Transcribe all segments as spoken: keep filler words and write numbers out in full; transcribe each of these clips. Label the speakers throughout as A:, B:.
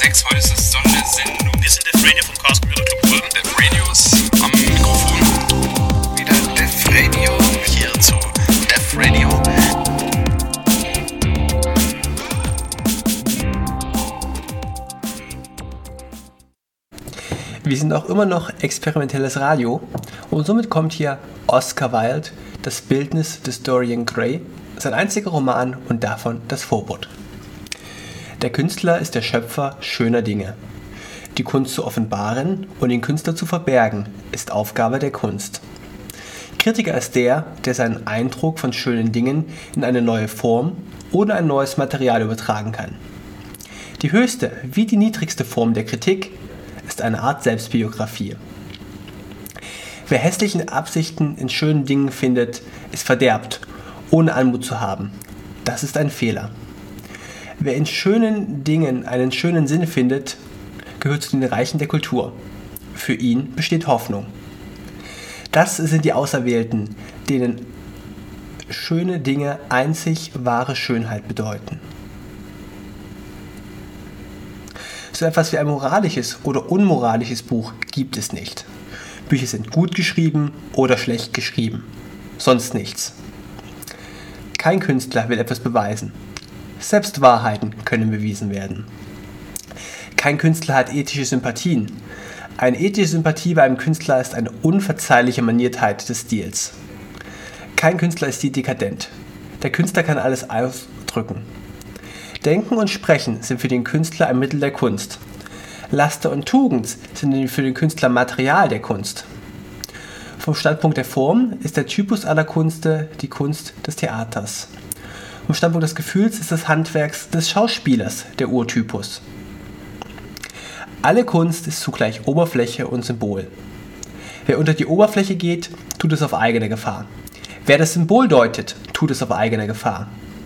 A: Alex, heute ist es Sondersendung. Wir sind Def Radio vom Chaos Computer Club Ulm. Def Radio ist am Mikrofon. Wieder Def Radio hier zu Def Radio.
B: Wir sind auch immer noch experimentelles Radio und somit kommt hier Oscar Wilde, das Bildnis des Dorian Gray, sein einziger Roman und davon das Vorwort. Der Künstler ist der Schöpfer schöner Dinge. Die Kunst zu offenbaren und den Künstler zu verbergen, ist Aufgabe der Kunst. Kritiker ist der, der seinen Eindruck von schönen Dingen in eine neue Form oder ein neues Material übertragen kann. Die höchste wie die niedrigste Form der Kritik ist eine Art Selbstbiografie. Wer hässlichen Absichten in schönen Dingen findet, ist verderbt, ohne Anmut zu haben. Das ist ein Fehler. Wer in schönen Dingen einen schönen Sinn findet, gehört zu den Reichen der Kultur. Für ihn besteht Hoffnung. Das sind die Auserwählten, denen schöne Dinge einzig wahre Schönheit bedeuten. So etwas wie ein moralisches oder unmoralisches Buch gibt es nicht. Bücher sind gut geschrieben oder schlecht geschrieben. Sonst nichts. Kein Künstler will etwas beweisen. Selbst Wahrheiten können bewiesen werden. Kein Künstler hat ethische Sympathien. Eine ethische Sympathie bei einem Künstler ist eine unverzeihliche Maniertheit des Stils. Kein Künstler ist dekadent. Der Künstler kann alles ausdrücken. Denken und Sprechen sind für den Künstler ein Mittel der Kunst. Laster und Tugend sind für den Künstler Material der Kunst. Vom Standpunkt der Form ist der Typus aller Kunste die Kunst des Theaters. Vom Standpunkt des Gefühls ist das Handwerks des Schauspielers der Urtypus. Alle Kunst ist zugleich Oberfläche und Symbol. Wer unter die Oberfläche geht, tut es auf eigene Gefahr. Wer das Symbol deutet, tut es auf eigene Gefahr.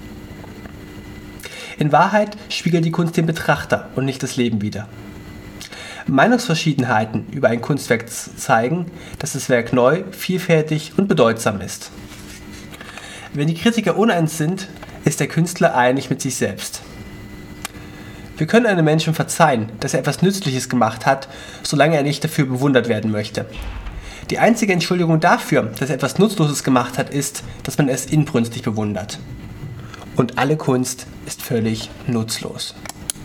B: In Wahrheit spiegelt die Kunst den Betrachter und nicht das Leben wider. Meinungsverschiedenheiten über ein Kunstwerk zeigen, dass das Werk neu, vielfältig und bedeutsam ist. Wenn die Kritiker uneins sind, ist der Künstler einig mit sich selbst. Wir können einem Menschen verzeihen, dass er etwas Nützliches gemacht hat, solange er nicht dafür bewundert werden möchte. Die einzige Entschuldigung dafür, dass er etwas Nutzloses gemacht hat, ist, dass man es inbrünstig bewundert. Und alle Kunst ist völlig nutzlos.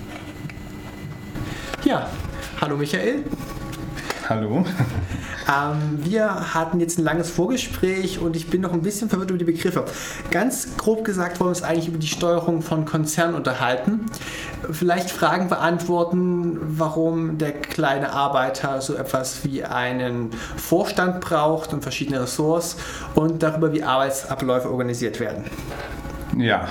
C: Ja, hallo Michael.
D: Hallo.
C: Ähm, wir hatten jetzt ein langes Vorgespräch und ich bin noch ein bisschen verwirrt über die Begriffe. Ganz grob gesagt wollen wir uns eigentlich über die Steuerung von Konzernen unterhalten. Vielleicht Fragen beantworten, warum der kleine Arbeiter so etwas wie einen Vorstand braucht und verschiedene Ressorts und darüber, wie Arbeitsabläufe organisiert werden.
D: Ja.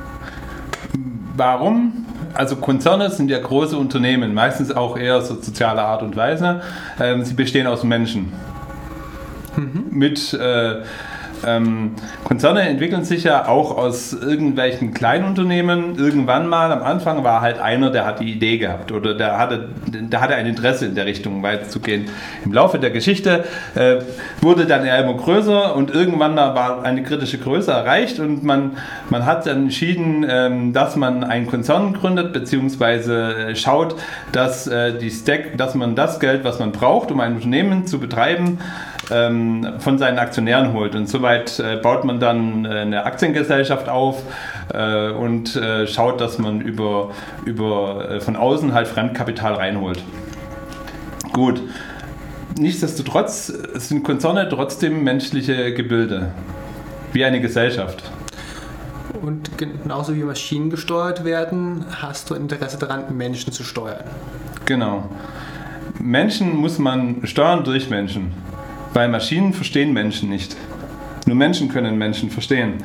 D: Warum? Also Konzerne sind ja große Unternehmen, meistens auch eher so sozialer Art und Weise. Ähm, sie bestehen aus Menschen. Mhm. Mit äh, ähm, Konzerne entwickeln sich ja auch aus irgendwelchen Kleinunternehmen. Irgendwann mal am Anfang war halt einer, der hat die Idee gehabt oder der hatte, der hatte ein Interesse in der Richtung weiterzugehen. Im Laufe der Geschichte äh, wurde dann er immer größer und irgendwann mal war eine kritische Größe erreicht und man, man hat dann entschieden, ähm, dass man einen Konzern gründet beziehungsweise schaut, dass, äh, die Stack, dass man das Geld, was man braucht, um ein Unternehmen zu betreiben, ähm, von seinen Aktionären holt. Und soweit äh, baut man dann äh, eine Aktiengesellschaft auf äh, und äh, schaut, dass man über, über äh, von außen halt Fremdkapital reinholt. Gut. Nichtsdestotrotz sind Konzerne trotzdem menschliche Gebilde, wie eine Gesellschaft.
C: Und genauso wie Maschinen gesteuert werden, hast du Interesse daran, Menschen zu steuern.
D: Genau. Menschen muss man steuern durch Menschen, weil Maschinen verstehen Menschen nicht. Nur Menschen können Menschen verstehen.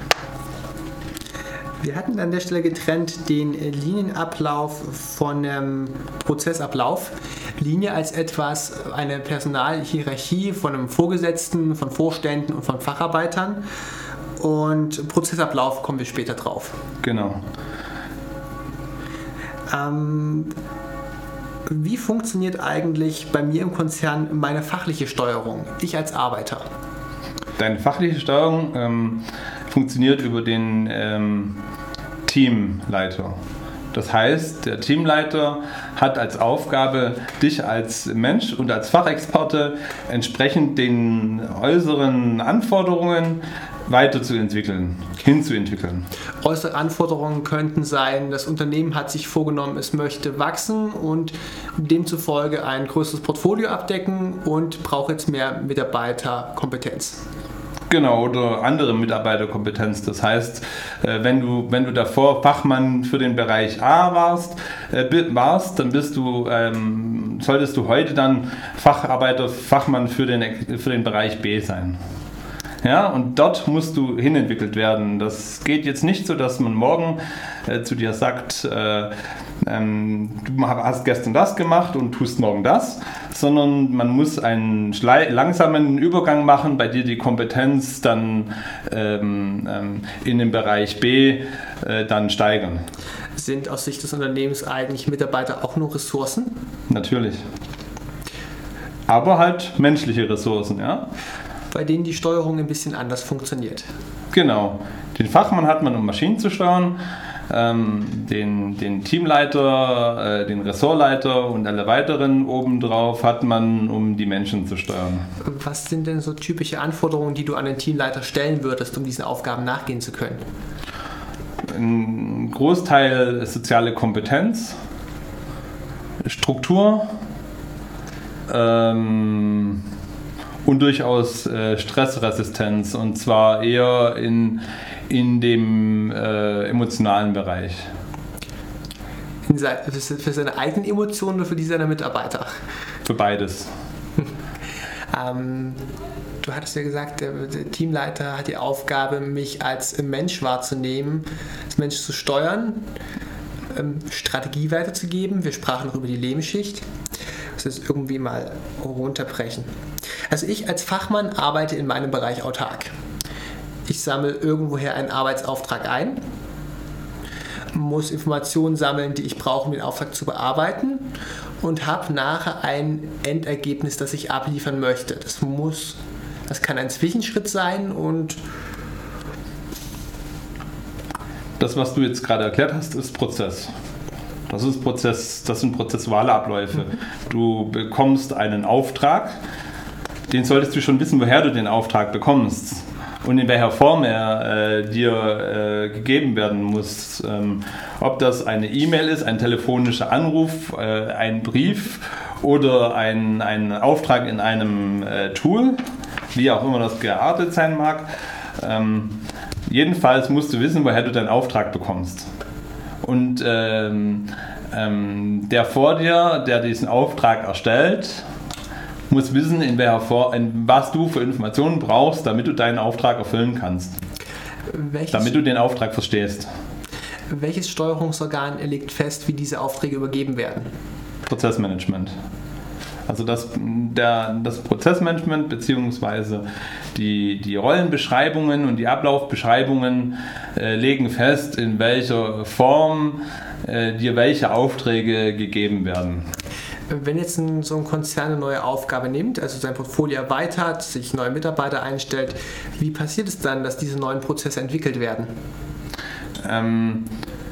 C: Wir hatten an der Stelle getrennt den Linienablauf von dem Prozessablauf. Linie als etwas, eine Personalhierarchie von einem Vorgesetzten, von Vorständen und von Facharbeitern. Und Prozessablauf kommen wir später drauf.
D: Genau.
C: Ähm, wie funktioniert eigentlich bei mir im Konzern meine fachliche Steuerung? Ich als Arbeiter.
D: Deine fachliche Steuerung ähm, funktioniert über den ähm, Teamleiter. Das heißt, der Teamleiter hat als Aufgabe, dich als Mensch und als Fachexperte entsprechend den äußeren Anforderungen weiterzuentwickeln, hinzuentwickeln.
C: Äußere Anforderungen könnten sein, das Unternehmen hat sich vorgenommen, es möchte wachsen und demzufolge ein größeres Portfolio abdecken und braucht jetzt mehr Mitarbeiterkompetenz.
D: Genau, oder andere Mitarbeiterkompetenz. Das heißt, wenn du, wenn du davor Fachmann für den Bereich A warst, äh, warst dann bist du, ähm, solltest du heute dann Facharbeiter, Fachmann für den, für den Bereich B sein. Ja, und dort musst du hinentwickelt werden. Das geht jetzt nicht so, dass man morgen äh, zu dir sagt, äh, ähm, du hast gestern das gemacht und tust morgen das, sondern man muss einen schlei- langsamen Übergang machen, bei dir die Kompetenz dann ähm, ähm, in den Bereich B äh, dann steigern.
C: Sind aus Sicht des Unternehmens eigentlich Mitarbeiter auch nur Ressourcen?
D: Natürlich. Aber halt menschliche Ressourcen, ja.
C: Bei denen die Steuerung ein bisschen anders funktioniert.
D: Genau. Den Fachmann hat man, um Maschinen zu steuern, ähm, den, den Teamleiter, äh, den Ressortleiter und alle weiteren obendrauf hat man, um die Menschen zu steuern.
C: Was sind denn so typische Anforderungen, die du an den Teamleiter stellen würdest, um diesen Aufgaben nachgehen zu können?
D: Ein Großteil ist soziale Kompetenz, Struktur, ähm, und durchaus äh, Stressresistenz, und zwar eher in, in dem äh, emotionalen Bereich.
C: In se- für seine eigenen Emotionen oder für die seiner Mitarbeiter?
D: Für beides.
C: ähm, du hattest ja gesagt, der, der Teamleiter hat die Aufgabe, mich als Mensch wahrzunehmen, als Mensch zu steuern, ähm, Strategie weiterzugeben. Wir sprachen noch über die Lehmschicht. Das ist irgendwie mal runterbrechen. Also ich als Fachmann arbeite in meinem Bereich autark. Ich sammle irgendwoher einen Arbeitsauftrag ein, muss Informationen sammeln, die ich brauche, um den Auftrag zu bearbeiten, und habe nachher ein Endergebnis, das ich abliefern möchte. Das muss, das kann ein Zwischenschritt sein, und
D: das, was du jetzt gerade erklärt hast, ist Prozess. Das ist Prozess, das sind prozessuale Abläufe. Du bekommst einen Auftrag, den solltest du schon wissen, woher du den Auftrag bekommst und in welcher Form er äh, dir äh, gegeben werden muss. Ähm, ob das eine E-Mail ist, ein telefonischer Anruf, äh, ein Brief oder ein, ein Auftrag in einem äh, Tool, wie auch immer das geartet sein mag. Ähm, jedenfalls musst du wissen, woher du deinen Auftrag bekommst. Und ähm, ähm, der vor dir, der diesen Auftrag erstellt, muss wissen, in welcher Form, in was du für Informationen brauchst, damit du deinen Auftrag erfüllen kannst.
C: welches,
D: Damit du den Auftrag verstehst.
C: welches Steuerungsorgan legt fest, wie diese Aufträge übergeben werden?
D: Prozessmanagement. Also das, der, das Prozessmanagement bzw. die, die Rollenbeschreibungen und die Ablaufbeschreibungen äh, legen fest, in welcher Form äh, dir welche Aufträge gegeben werden.
C: Wenn jetzt ein, so ein Konzern eine neue Aufgabe nimmt, also sein Portfolio erweitert, sich neue Mitarbeiter einstellt, wie passiert es dann, dass diese neuen Prozesse entwickelt werden?
D: Ähm,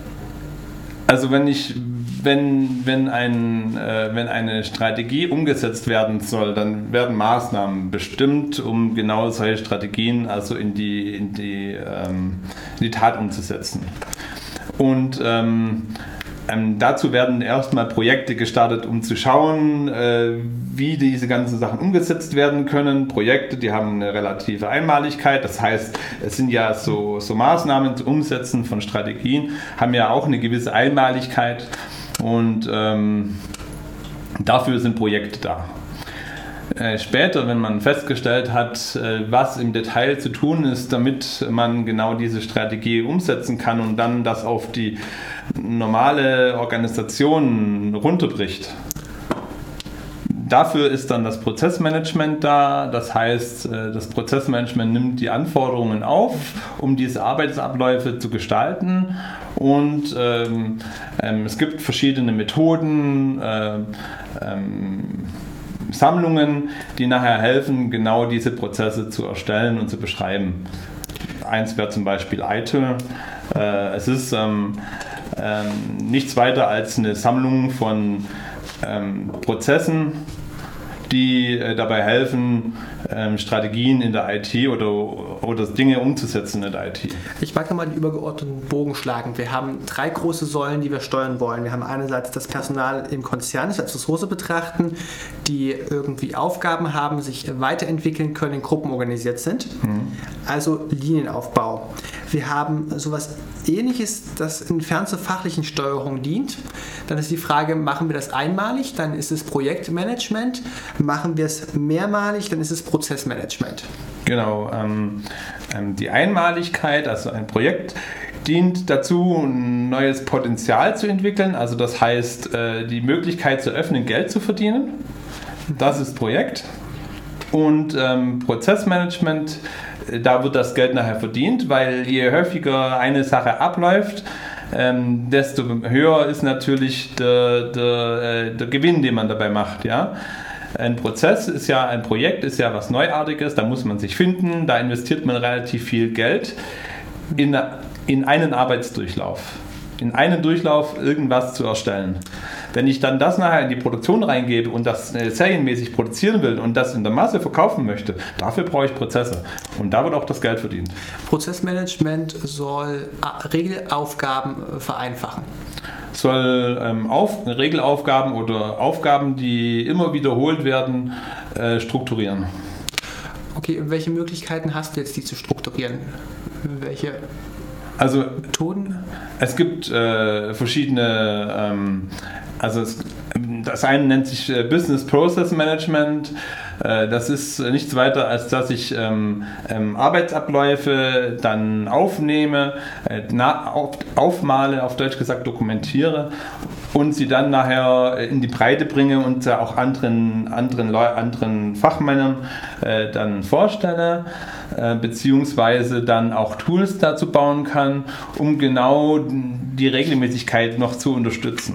D: also wenn ich Wenn, wenn, ein, äh, wenn eine Strategie umgesetzt werden soll, dann werden Maßnahmen bestimmt, um genau solche Strategien also in die, in die, ähm, in die Tat umzusetzen. Und ähm, ähm, dazu werden erstmal Projekte gestartet, um zu schauen, äh, wie diese ganzen Sachen umgesetzt werden können. Projekte, die haben eine relative Einmaligkeit, das heißt, es sind ja so, so Maßnahmen zum Umsetzen von Strategien, haben ja auch eine gewisse Einmaligkeit. Und ähm, dafür sind Projekte da. Äh, später, wenn man festgestellt hat, äh, was im Detail zu tun ist, damit man genau diese Strategie umsetzen kann und dann das auf die normale Organisation runterbricht, dafür ist dann das Prozessmanagement da. Das heißt, äh, das Prozessmanagement nimmt die Anforderungen auf, um diese Arbeitsabläufe zu gestalten. Und ähm, ähm, es gibt verschiedene Methoden, äh, ähm, Sammlungen, die nachher helfen, genau diese Prozesse zu erstellen und zu beschreiben. Eins wäre zum Beispiel I T I L. Äh, es ist ähm, ähm, nichts weiter als eine Sammlung von ähm, Prozessen, die äh, dabei helfen, ähm, Strategien in der I T oder, oder Dinge umzusetzen in der I T.
C: Ich mag nochmal den übergeordneten Bogen schlagen. Wir haben drei große Säulen, die wir steuern wollen. Wir haben einerseits das Personal im Konzern, das als Ressource betrachten, die irgendwie Aufgaben haben, sich weiterentwickeln können, in Gruppen organisiert sind. Mhm. Also Linienaufbau. Wir haben sowas Ähnliches, das entfernt zur fachlichen Steuerung dient. Dann ist die Frage, machen wir das einmalig, dann ist es Projektmanagement. Machen wir es mehrmalig, dann ist es Prozessmanagement.
D: Genau. Ähm, ähm, die Einmaligkeit, also ein Projekt, dient dazu, ein neues Potenzial zu entwickeln. Also das heißt, äh, die Möglichkeit zu öffnen, Geld zu verdienen. Das ist Projekt. Und ähm, Prozessmanagement, da wird das Geld nachher verdient, weil je häufiger eine Sache abläuft, ähm, desto höher ist natürlich der, der, äh, der Gewinn, den man dabei macht. Ja? Ein Prozess ist ja, ein Projekt ist ja was Neuartiges, da muss man sich finden, da investiert man relativ viel Geld in, in einen Arbeitsdurchlauf, in einen Durchlauf irgendwas zu erstellen. Wenn ich dann das nachher in die Produktion reingebe und das serienmäßig produzieren will und das in der Masse verkaufen möchte, dafür brauche ich Prozesse. Und da wird auch das Geld verdient.
C: Prozessmanagement soll Regelaufgaben vereinfachen.
D: Soll ähm, auf, Regelaufgaben oder Aufgaben, die immer wiederholt werden, äh, strukturieren.
C: Okay, welche Möglichkeiten hast du jetzt, die zu strukturieren? Welche
D: also,
C: Methoden?
D: Es gibt äh, verschiedene, ähm, also es, das eine nennt sich äh, Business Process Management. Äh, das ist nichts weiter, als dass ich ähm, ähm, Arbeitsabläufe dann aufnehme, äh, na, auf, aufmale, auf Deutsch gesagt dokumentiere und sie dann nachher in die Breite bringe und äh, auch anderen, anderen, Leu- anderen Fachmännern äh, dann vorstelle, äh, beziehungsweise dann auch Tools dazu bauen kann, um genau die Regelmäßigkeit noch zu unterstützen.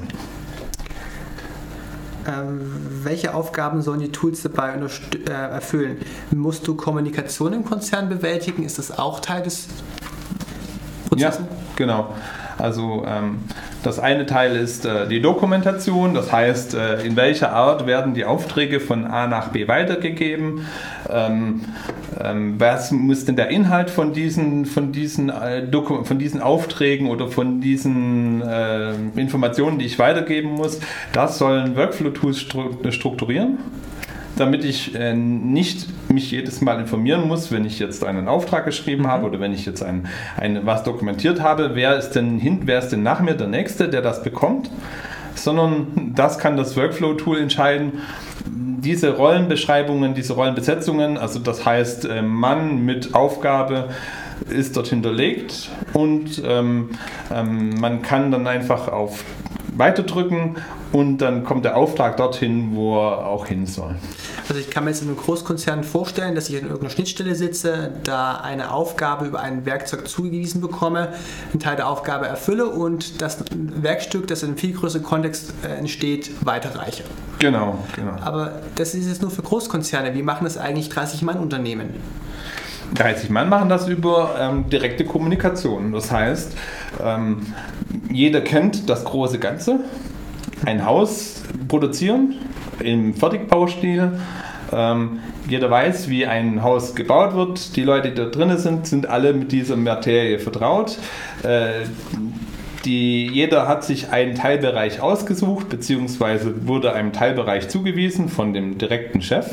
C: Ähm, welche Aufgaben sollen die Tools dabei unterst- äh, erfüllen? Musst du Kommunikation im Konzern bewältigen? Ist das auch Teil des Prozesses?
D: Ja, genau. Also ähm, das eine Teil ist äh, die Dokumentation, das heißt, äh, in welcher Art werden die Aufträge von A nach B weitergegeben, ähm, ähm, was muss denn der Inhalt von diesen, von diesen, äh, Doku- von diesen Aufträgen oder von diesen äh, Informationen, die ich weitergeben muss, das sollen Workflow-Tools stru- strukturieren, damit ich äh, nicht mich jedes Mal informieren muss, wenn ich jetzt einen Auftrag geschrieben habe oder wenn ich jetzt ein, ein, was dokumentiert habe, wer ist, denn hin, wer ist denn nach mir der Nächste, der das bekommt, sondern das kann das Workflow-Tool entscheiden. Diese Rollenbeschreibungen, diese Rollenbesetzungen, also das heißt äh, Mann mit Aufgabe ist dort hinterlegt und ähm, ähm, man kann dann einfach auf Weiter drücken und dann kommt der Auftrag dorthin, wo er auch hin soll.
C: Also ich kann mir jetzt in einem Großkonzern vorstellen, dass ich in irgendeiner Schnittstelle sitze, da eine Aufgabe über ein Werkzeug zugewiesen bekomme, einen Teil der Aufgabe erfülle und das Werkstück, das in einem viel größeren Kontext entsteht, weiterreiche.
D: Genau, genau.
C: Aber das ist jetzt nur für Großkonzerne. Wie machen das eigentlich dreißig-Mann-Unternehmen?
D: dreißig Mann machen das über ähm, direkte Kommunikation. Das heißt, ähm, jeder kennt das große Ganze. Ein Haus produzieren im Fertigbaustil. Ähm, jeder weiß, wie ein Haus gebaut wird. Die Leute, die da drin sind, sind alle mit dieser Materie vertraut. Äh, die, jeder hat sich einen Teilbereich ausgesucht, beziehungsweise wurde einem Teilbereich zugewiesen von dem direkten Chef.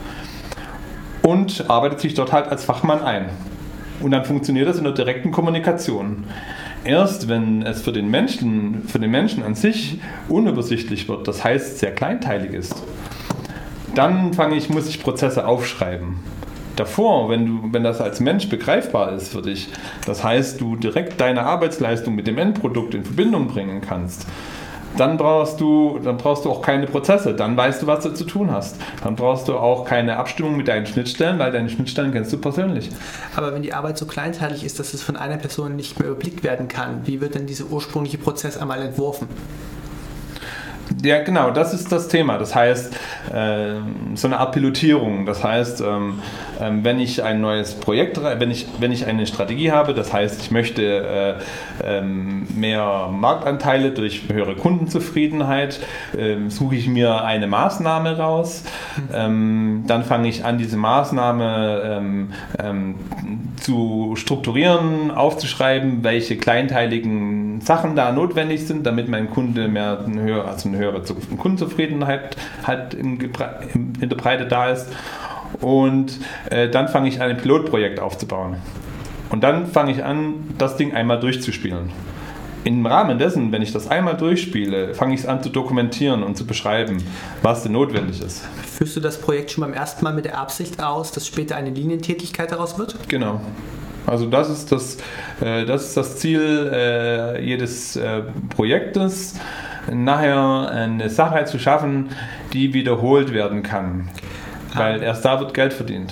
D: Und arbeitet sich dort halt als Fachmann ein. Und dann funktioniert das in der direkten Kommunikation. Erst wenn es für den Menschen, für den Menschen an sich unübersichtlich wird, das heißt sehr kleinteilig ist, dann fange ich, muss ich Prozesse aufschreiben. Davor, wenn, du, wenn das als Mensch begreifbar ist für dich, das heißt, du direkt deine Arbeitsleistung mit dem Endprodukt in Verbindung bringen kannst, Dann brauchst du, dann brauchst du auch keine Prozesse, dann weißt du, was du zu tun hast. Dann brauchst du auch keine Abstimmung mit deinen Schnittstellen, weil deine Schnittstellen kennst du persönlich.
C: Aber wenn die Arbeit so kleinteilig ist, dass es von einer Person nicht mehr überblickt werden kann, wie wird denn dieser ursprüngliche Prozess einmal entworfen?
D: Ja, genau, das ist das Thema. Das heißt, äh, so eine Art Pilotierung. Das heißt, ähm, äh, wenn ich ein neues Projekt, wenn ich, wenn ich eine Strategie habe, das heißt, ich möchte äh, ähm, mehr Marktanteile durch höhere Kundenzufriedenheit, äh, suche ich mir eine Maßnahme raus. Ähm, dann fange ich an, diese Maßnahme ähm, ähm, zu strukturieren, aufzuschreiben, welche kleinteiligen Sachen da notwendig sind, damit mein Kunde mehr eine höhere, also eine höhere Kundenzufriedenheit halt in, in der Breite da ist. Und äh, dann fange ich an, ein Pilotprojekt aufzubauen. Und dann fange ich an, das Ding einmal durchzuspielen. Im Rahmen dessen, wenn ich das einmal durchspiele, fange ich es an zu dokumentieren und zu beschreiben, was denn notwendig ist.
C: Führst du das Projekt schon beim ersten Mal mit der Absicht aus, dass später eine Linientätigkeit daraus wird?
D: Genau. Also das ist das, äh, das, ist das Ziel äh, jedes äh, Projektes, nachher eine Sache zu schaffen, die wiederholt werden kann. Weil erst da wird Geld verdient.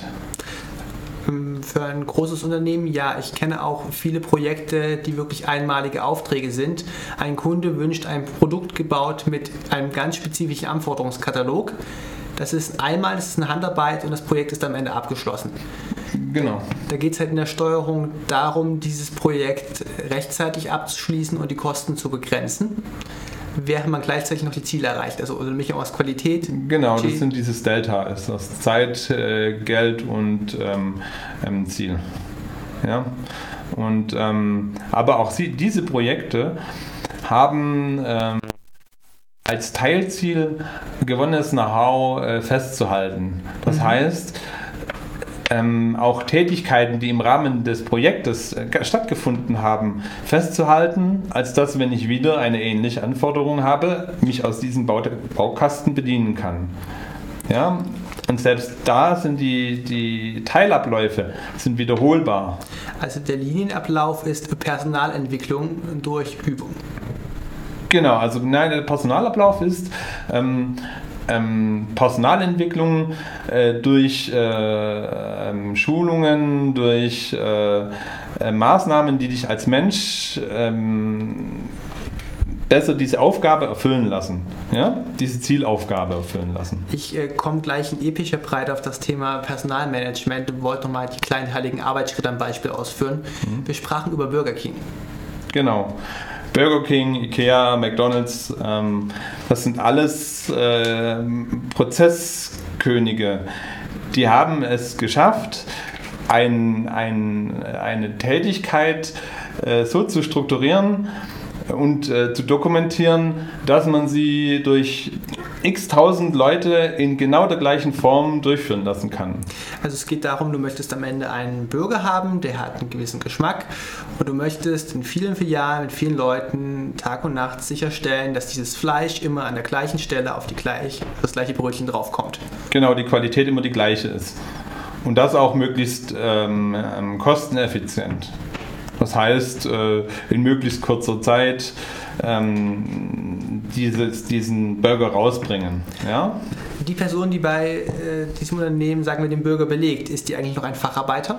C: Für ein großes Unternehmen, ja, ich kenne auch viele Projekte, die wirklich einmalige Aufträge sind. Ein Kunde wünscht ein Produkt gebaut mit einem ganz spezifischen Anforderungskatalog. Das ist einmal, das ist eine Handarbeit und das Projekt ist am Ende abgeschlossen.
D: Genau.
C: Da geht es halt in der Steuerung darum, dieses Projekt rechtzeitig abzuschließen und die Kosten zu begrenzen, während man gleichzeitig noch die Ziele erreicht. Also eine Mischung aus Qualität.
D: Genau,
C: Budget.
D: das sind dieses Delta, ist das Zeit, äh, Geld und ähm, ähm, Ziel. Ja? Und, ähm, aber auch sie, diese Projekte haben ähm, als Teilziel gewonnenes Know-how äh, festzuhalten. Das mhm. heißt, Ähm, auch Tätigkeiten, die im Rahmen des Projektes äh, stattgefunden haben, festzuhalten, als dass, wenn ich wieder eine ähnliche Anforderung habe, mich aus diesem Bau- Baukasten bedienen kann. Ja? Und selbst da sind die, die Teilabläufe sind wiederholbar.
C: Also der Linienablauf ist Personalentwicklung durch Übung.
D: Genau, also nein, der Personalablauf ist ähm, Ähm, Personalentwicklung äh, durch äh, ähm, Schulungen, durch äh, äh, Maßnahmen, die dich als Mensch ähm, besser diese Aufgabe erfüllen lassen, ja? Diese Zielaufgabe erfüllen lassen.
C: Ich äh, komme gleich in epischer Breite auf das Thema Personalmanagement und wollte nochmal die kleinteiligen Arbeitsschritte am Beispiel ausführen. Mhm. Wir sprachen über Burger King.
D: Genau. Burger King, Ikea, McDonald's, ähm, das sind alles äh, Prozesskönige. Die haben es geschafft, ein, ein, eine Tätigkeit äh, so zu strukturieren und äh, zu dokumentieren, dass man sie durch x tausend Leute in genau der gleichen Form durchführen lassen kann.
C: Also es geht darum, du möchtest am Ende einen Burger haben, der hat einen gewissen Geschmack und du möchtest in vielen Filialen mit vielen Leuten Tag und Nacht sicherstellen, dass dieses Fleisch immer an der gleichen Stelle auf die gleich, das gleiche Brötchen draufkommt.
D: Genau, die Qualität immer die gleiche ist. Und das auch möglichst ähm, kosteneffizient. Das heißt, äh, in möglichst kurzer Zeit ähm, dieses, diesen Burger rausbringen. Ja?
C: Die Person, die bei äh, diesem Unternehmen, sagen wir, den Burger belegt, ist die eigentlich noch ein Facharbeiter?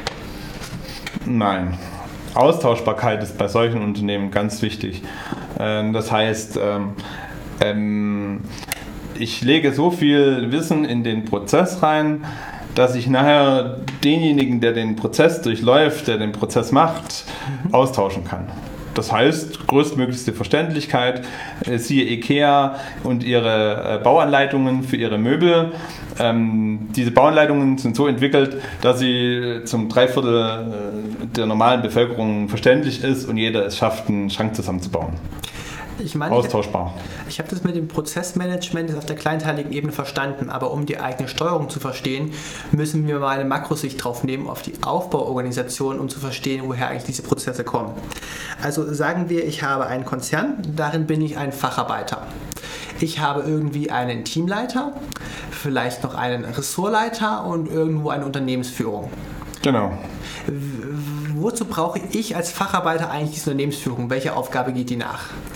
D: Nein. Austauschbarkeit ist bei solchen Unternehmen ganz wichtig. Ähm, das heißt, ähm, ähm, ich lege so viel Wissen in den Prozess rein, dass ich nachher denjenigen, der den Prozess durchläuft, der den Prozess macht, mhm. austauschen kann. Das heißt, größtmöglichste Verständlichkeit, äh, siehe Ikea und ihre äh, Bauanleitungen für ihre Möbel. Ähm, diese Bauanleitungen sind so entwickelt, dass sie zum Dreiviertel äh, der normalen Bevölkerung verständlich ist und jeder es schafft, einen Schrank zusammenzubauen.
C: Ich meine,
D: austauschbar.
C: Ich, ich habe das mit dem Prozessmanagement auf der kleinteiligen Ebene verstanden, aber um die eigene Steuerung zu verstehen, müssen wir mal eine Makrosicht drauf nehmen auf die Aufbauorganisation, um zu verstehen, woher eigentlich diese Prozesse kommen. Also sagen wir, ich habe einen Konzern, darin bin ich ein Facharbeiter. Ich habe irgendwie einen Teamleiter, vielleicht noch einen Ressortleiter und irgendwo eine Unternehmensführung.
D: Genau.
C: Wozu brauche ich als Facharbeiter eigentlich diese Unternehmensführung? Welche Aufgabe geht die nach?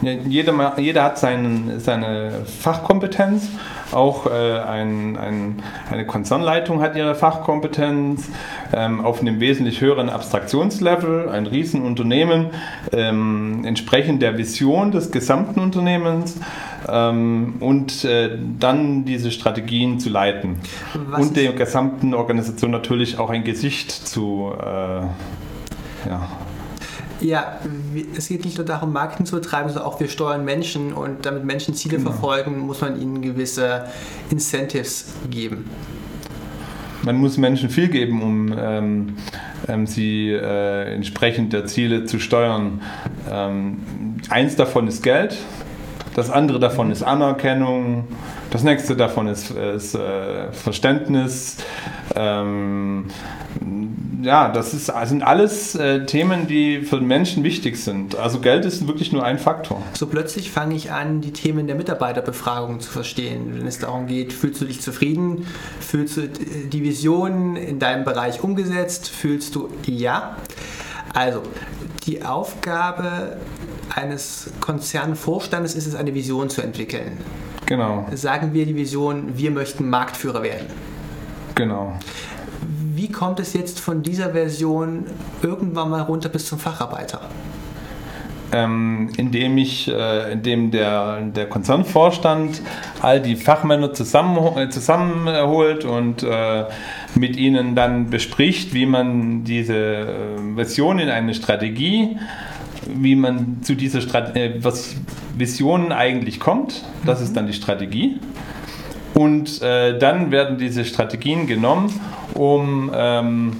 D: Ja, jeder, jeder hat seinen, seine Fachkompetenz, auch äh, ein, ein, eine Konzernleitung hat ihre Fachkompetenz ähm, auf einem wesentlich höheren Abstraktionslevel, ein Riesenunternehmen, ähm, entsprechend der Vision des gesamten Unternehmens ähm, und äh, dann diese Strategien zu leiten. Was und der gesamten Organisation natürlich auch ein Gesicht zu äh, ja,
C: Ja, es geht nicht nur darum, Marketing zu betreiben, sondern auch wir steuern Menschen und damit Menschen Ziele genau. verfolgen, muss man ihnen gewisse Incentives geben.
D: Man muss Menschen viel geben, um ähm, ähm, sie äh, entsprechend der Ziele zu steuern. Ähm, eins davon ist Geld, das andere davon ist Anerkennung, das nächste davon ist, ist äh, Verständnis. Ähm, ja, das ist, sind alles äh, Themen, die für Menschen wichtig sind. Also Geld ist wirklich nur ein Faktor.
C: So plötzlich fange ich an, die Themen der Mitarbeiterbefragung zu verstehen. Wenn es darum geht, fühlst du dich zufrieden? Fühlst du die Vision in deinem Bereich umgesetzt? Fühlst du ja? Also, die Aufgabe eines Konzernvorstandes ist es, eine Vision zu entwickeln.
D: Genau.
C: Sagen wir die Vision, wir möchten Marktführer werden.
D: Genau.
C: Wie kommt es jetzt von dieser Version irgendwann mal runter bis zum Facharbeiter?
D: Ähm, indem ich, äh, indem der, der Konzernvorstand all die Fachmänner zusammen, zusammenholt und äh, mit ihnen dann bespricht, wie man diese äh, Version in eine Strategie, wie man zu dieser Strate- äh, was Visionen eigentlich kommt. Das mhm. ist dann die Strategie. Und äh, dann werden diese Strategien genommen, um, ähm,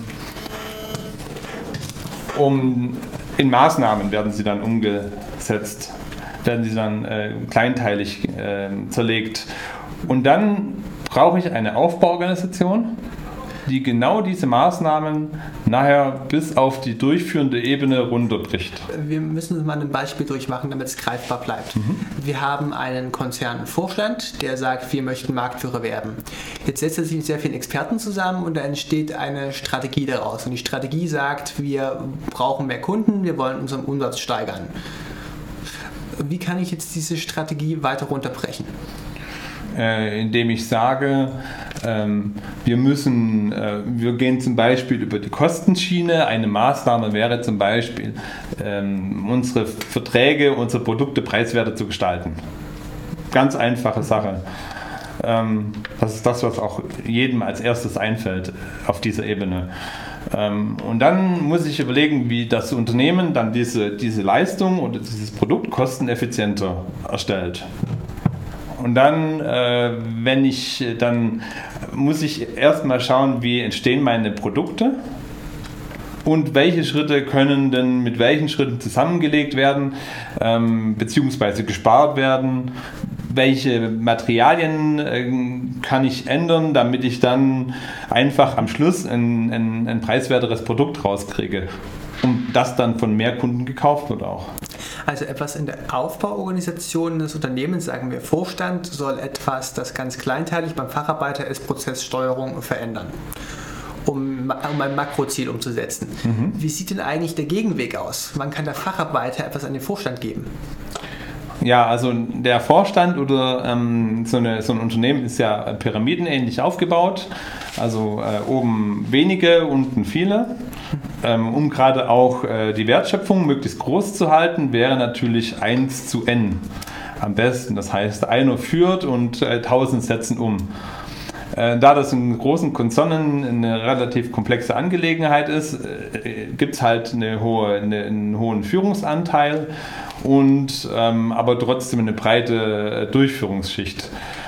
D: um in Maßnahmen werden sie dann umgesetzt, werden sie dann äh, kleinteilig äh, zerlegt. Und dann brauche ich eine Aufbauorganisation, die genau diese Maßnahmen nachher bis auf die durchführende Ebene runterbricht.
C: Wir müssen mal ein Beispiel durchmachen, damit es greifbar bleibt. Mhm. Wir haben einen Konzernvorstand, der sagt, wir möchten Marktführer werden. Jetzt setzt er sich mit sehr vielen Experten zusammen und da entsteht eine Strategie daraus. Und die Strategie sagt, wir brauchen mehr Kunden, wir wollen unseren Umsatz steigern. Wie kann ich jetzt diese Strategie weiter runterbrechen?
D: Äh, indem ich sage, ähm, wir müssen, äh, wir gehen zum Beispiel über die Kostenschiene. Eine Maßnahme wäre zum Beispiel, ähm, unsere Verträge, unsere Produkte preiswerter zu gestalten. Ganz einfache Sache. Ähm, das ist das, was auch jedem als erstes einfällt auf dieser Ebene. Ähm, und dann muss ich überlegen, wie das Unternehmen dann diese, diese Leistung oder dieses Produkt kosteneffizienter erstellt. Und dann, äh, wenn ich, dann muss ich erstmal schauen, wie entstehen meine Produkte und welche Schritte können denn mit welchen Schritten zusammengelegt werden, ähm, beziehungsweise gespart werden. Welche Materialien äh, kann ich ändern, damit ich dann einfach am Schluss ein, ein, ein preiswerteres Produkt rauskriege und das dann von mehr Kunden gekauft wird auch.
C: Also etwas in der Aufbauorganisation des Unternehmens, sagen wir Vorstand, soll etwas, das ganz kleinteilig beim Facharbeiter ist, Prozesssteuerung verändern, um, um ein Makroziel umzusetzen. Mhm. Wie sieht denn eigentlich der Gegenweg aus? Wann kann der Facharbeiter etwas an den Vorstand geben?
D: Ja, also der Vorstand oder ähm, so, eine, so ein Unternehmen ist ja pyramidenähnlich aufgebaut. Also äh, oben wenige, unten viele. Ähm, um gerade auch äh, die Wertschöpfung möglichst groß zu halten, wäre natürlich eins zu n am besten. Das heißt, einer führt und äh, tausend setzen um. Äh, da das in großen Konzernen eine relativ komplexe Angelegenheit ist, äh, gibt es halt eine hohe, eine, einen hohen Führungsanteil und ähm, aber trotzdem eine breite äh, Durchführungsschicht.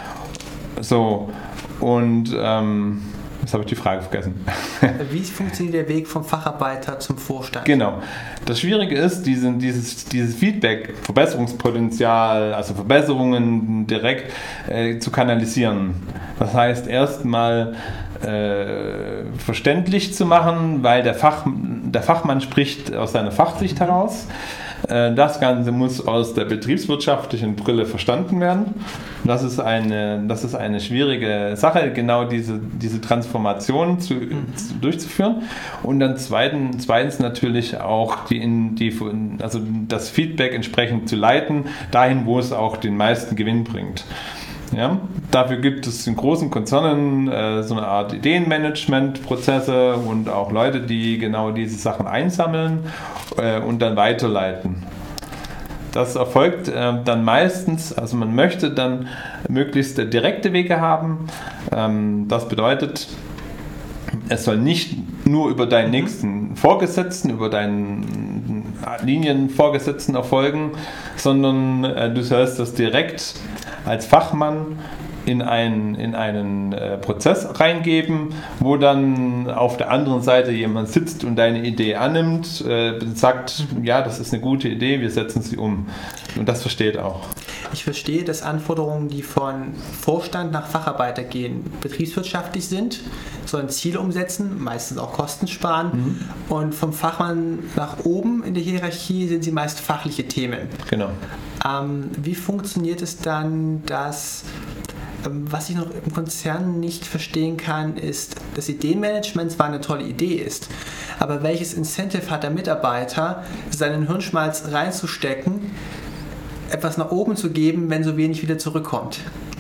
D: So, und ähm, jetzt habe ich die Frage vergessen.
C: Wie funktioniert der Weg vom Facharbeiter zum Vorstand?
D: Genau. Das Schwierige ist, diesen, dieses, dieses Feedback, Verbesserungspotenzial, also Verbesserungen direkt äh, zu kanalisieren. Das heißt, erstmal äh, verständlich zu machen, weil der, Fach, der Fachmann spricht aus seiner Fachsicht heraus. Das Ganze muss aus der betriebswirtschaftlichen Brille verstanden werden. Das ist eine, das ist eine schwierige Sache, genau diese, diese Transformation zu, mhm. zu, durchzuführen. Und dann zweitens, zweitens natürlich auch die, die, also das Feedback entsprechend zu leiten, dahin, wo es auch den meisten Gewinn bringt. Ja, dafür gibt es in großen Konzernen äh, so eine Art Ideenmanagement-Prozesse und auch Leute, die genau diese Sachen einsammeln äh, und dann weiterleiten. Das erfolgt äh, dann meistens, also man möchte dann möglichst direkte Wege haben. Ähm, das bedeutet, es soll nicht nur über deinen nächsten Vorgesetzten, über deinen Linienvorgesetzten erfolgen, sondern äh, du sollst das direkt als Fachmann in einen, in einen äh, Prozess reingeben, wo dann auf der anderen Seite jemand sitzt und deine Idee annimmt, äh, sagt, ja, das ist eine gute Idee, wir setzen sie um. Und das versteht auch.
C: Ich verstehe, dass Anforderungen, die von Vorstand nach Facharbeiter gehen, betriebswirtschaftlich sind, sollen Ziele umsetzen, meistens auch Kosten sparen. Mhm. Und vom Fachmann nach oben in der Hierarchie sind sie meist fachliche Themen.
D: Genau.
C: Ähm, wie funktioniert es dann, dass, ähm, was ich noch im Konzern nicht verstehen kann, ist, das Ideenmanagement zwar eine tolle Idee ist, aber welches Incentive hat der Mitarbeiter, seinen Hirnschmalz reinzustecken, etwas nach oben zu geben, wenn so wenig wieder zurückkommt?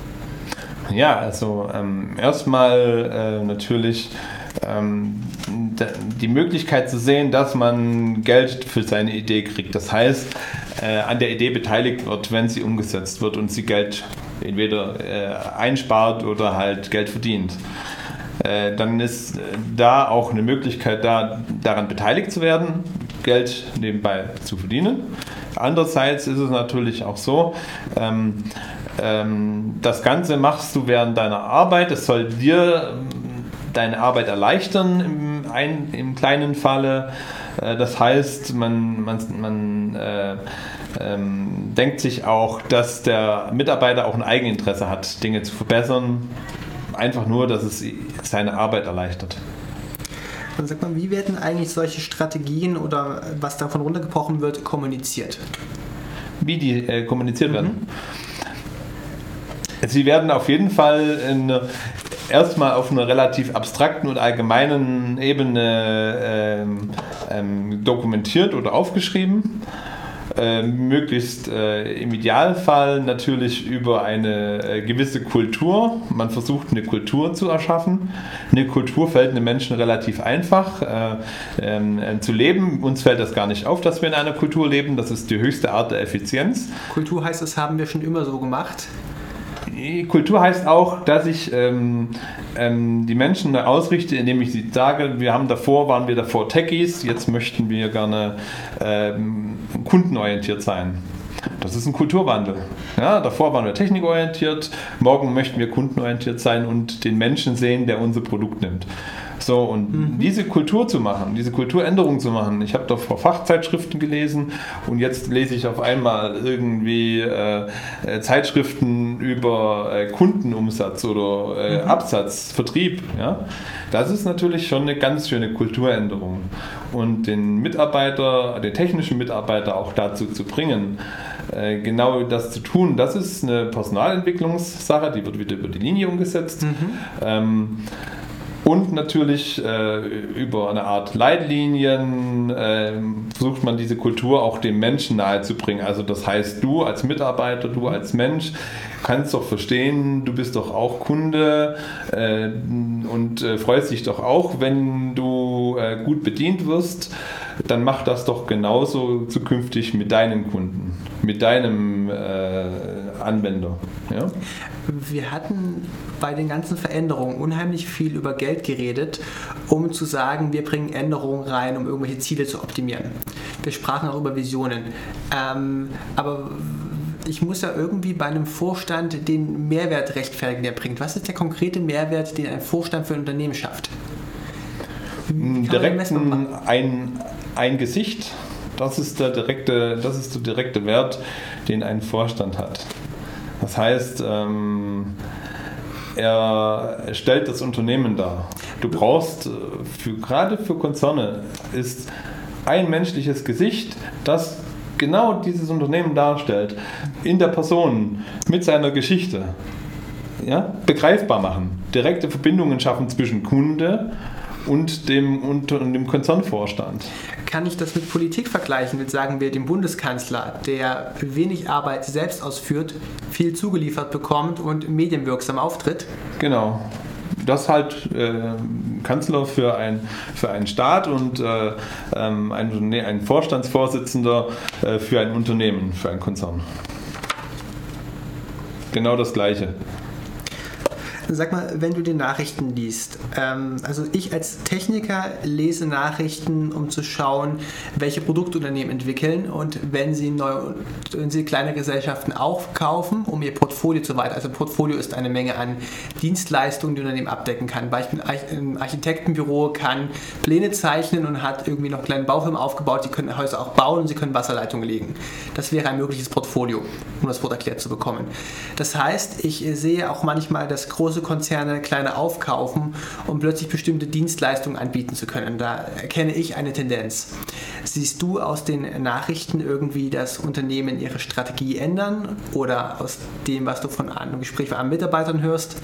D: Ja, also ähm, erstmal äh, natürlich ähm, die Möglichkeit zu sehen, dass man Geld für seine Idee kriegt. Das heißt, äh, an der Idee beteiligt wird, wenn sie umgesetzt wird und sie Geld entweder äh, einspart oder halt Geld verdient. Äh, dann ist da auch eine Möglichkeit da, daran beteiligt zu werden, Geld nebenbei zu verdienen. Andererseits ist es natürlich auch so, ähm, ähm, das Ganze machst du während deiner Arbeit. Es soll dir deine Arbeit erleichtern im, ein, im kleinen Falle. Äh, das heißt, man, man, man äh, ähm, denkt sich auch, dass der Mitarbeiter auch ein Eigeninteresse hat, Dinge zu verbessern. Einfach nur, dass es seine Arbeit erleichtert.
C: Und sag mal, wie werden eigentlich solche Strategien oder was davon runtergebrochen wird, kommuniziert?
D: Wie die äh, kommuniziert mhm. werden? Sie werden auf jeden Fall in, erstmal auf einer relativ abstrakten und allgemeinen Ebene ähm, ähm, dokumentiert oder aufgeschrieben. Äh, möglichst äh, im Idealfall natürlich über eine äh, gewisse Kultur. Man versucht eine Kultur zu erschaffen. Eine Kultur fällt einem Menschen relativ einfach äh, ähm, äh, zu leben. Uns fällt das gar nicht auf, dass wir in einer Kultur leben. Das ist die höchste Art der Effizienz.
C: Kultur heißt, das haben wir schon immer so gemacht.
D: Kultur heißt auch, dass ich ähm, ähm, die Menschen ausrichte, indem ich sie sage, wir haben davor, waren wir davor Techies, jetzt möchten wir gerne ähm, kundenorientiert sein. Das ist ein Kulturwandel. Ja, davor waren wir technikorientiert, morgen möchten wir kundenorientiert sein und den Menschen sehen, der unser Produkt nimmt. So, und mhm. diese Kultur zu machen, diese Kulturänderung zu machen, ich habe davor Fachzeitschriften gelesen und jetzt lese ich auf einmal irgendwie äh, Zeitschriften über äh, Kundenumsatz oder äh, mhm. Absatz, Vertrieb. Ja? Das ist natürlich schon eine ganz schöne Kulturänderung. Und den Mitarbeiter, den technischen Mitarbeiter auch dazu zu bringen, äh, genau das zu tun, das ist eine Personalentwicklungssache, die wird wieder über die Linie umgesetzt. Mhm. Ähm, Und natürlich äh, über eine Art Leitlinien äh, versucht man diese Kultur auch dem Menschen nahezubringen. Also das heißt, du als Mitarbeiter, du als Mensch kannst doch verstehen, du bist doch auch Kunde äh, und äh, freust dich doch auch, wenn du äh, gut bedient wirst. Dann mach das doch genauso zukünftig mit deinen Kunden, mit deinem äh, Anwender. Ja?
C: Wir hatten bei den ganzen Veränderungen unheimlich viel über Geld geredet, um zu sagen, wir bringen Änderungen rein, um irgendwelche Ziele zu optimieren. Wir sprachen auch über Visionen. Ähm, aber ich muss ja irgendwie bei einem Vorstand den Mehrwert rechtfertigen, der bringt. Was ist der konkrete Mehrwert, den ein Vorstand für ein Unternehmen schafft?
D: Direkt ein, ein Gesicht, das ist, der direkte, das ist der direkte Wert, den ein Vorstand hat. Das heißt, ähm, er stellt das Unternehmen dar. Du brauchst, für, gerade für Konzerne, ist ein menschliches Gesicht, das genau dieses Unternehmen darstellt, in der Person, mit seiner Geschichte, ja, begreifbar machen, direkte Verbindungen schaffen zwischen Kunde und dem, und, und dem Konzernvorstand.
C: Kann ich das mit Politik vergleichen, mit, sagen wir, dem Bundeskanzler, der wenig Arbeit selbst ausführt, viel zugeliefert bekommt und medienwirksam auftritt?
D: Genau. Das halt äh, Kanzler für, ein, für einen Staat und äh, ähm, ein, nee, ein Vorstandsvorsitzender äh, für ein Unternehmen, für einen Konzern. Genau das Gleiche.
C: Sag mal, wenn du die Nachrichten liest, ähm, also ich als Techniker lese Nachrichten, um zu schauen, welche Produktunternehmen entwickeln und wenn sie, neu, wenn sie kleine Gesellschaften aufkaufen, um ihr Portfolio zu weiter. Also Portfolio ist eine Menge an Dienstleistungen, die ein Unternehmen abdecken kann. Beispiel ein Architektenbüro kann Pläne zeichnen und hat irgendwie noch kleine Baufirmen aufgebaut, die können Häuser auch bauen und sie können Wasserleitungen legen. Das wäre ein mögliches Portfolio, um das Wort erklärt zu bekommen. Das heißt, ich sehe auch manchmal, dass große Konzerne kleine aufkaufen, um plötzlich bestimmte Dienstleistungen anbieten zu können. Da erkenne ich eine Tendenz. Siehst du aus den Nachrichten irgendwie, dass Unternehmen ihre Strategie ändern oder aus dem, was du von einem Gespräch von anderen Mitarbeitern hörst?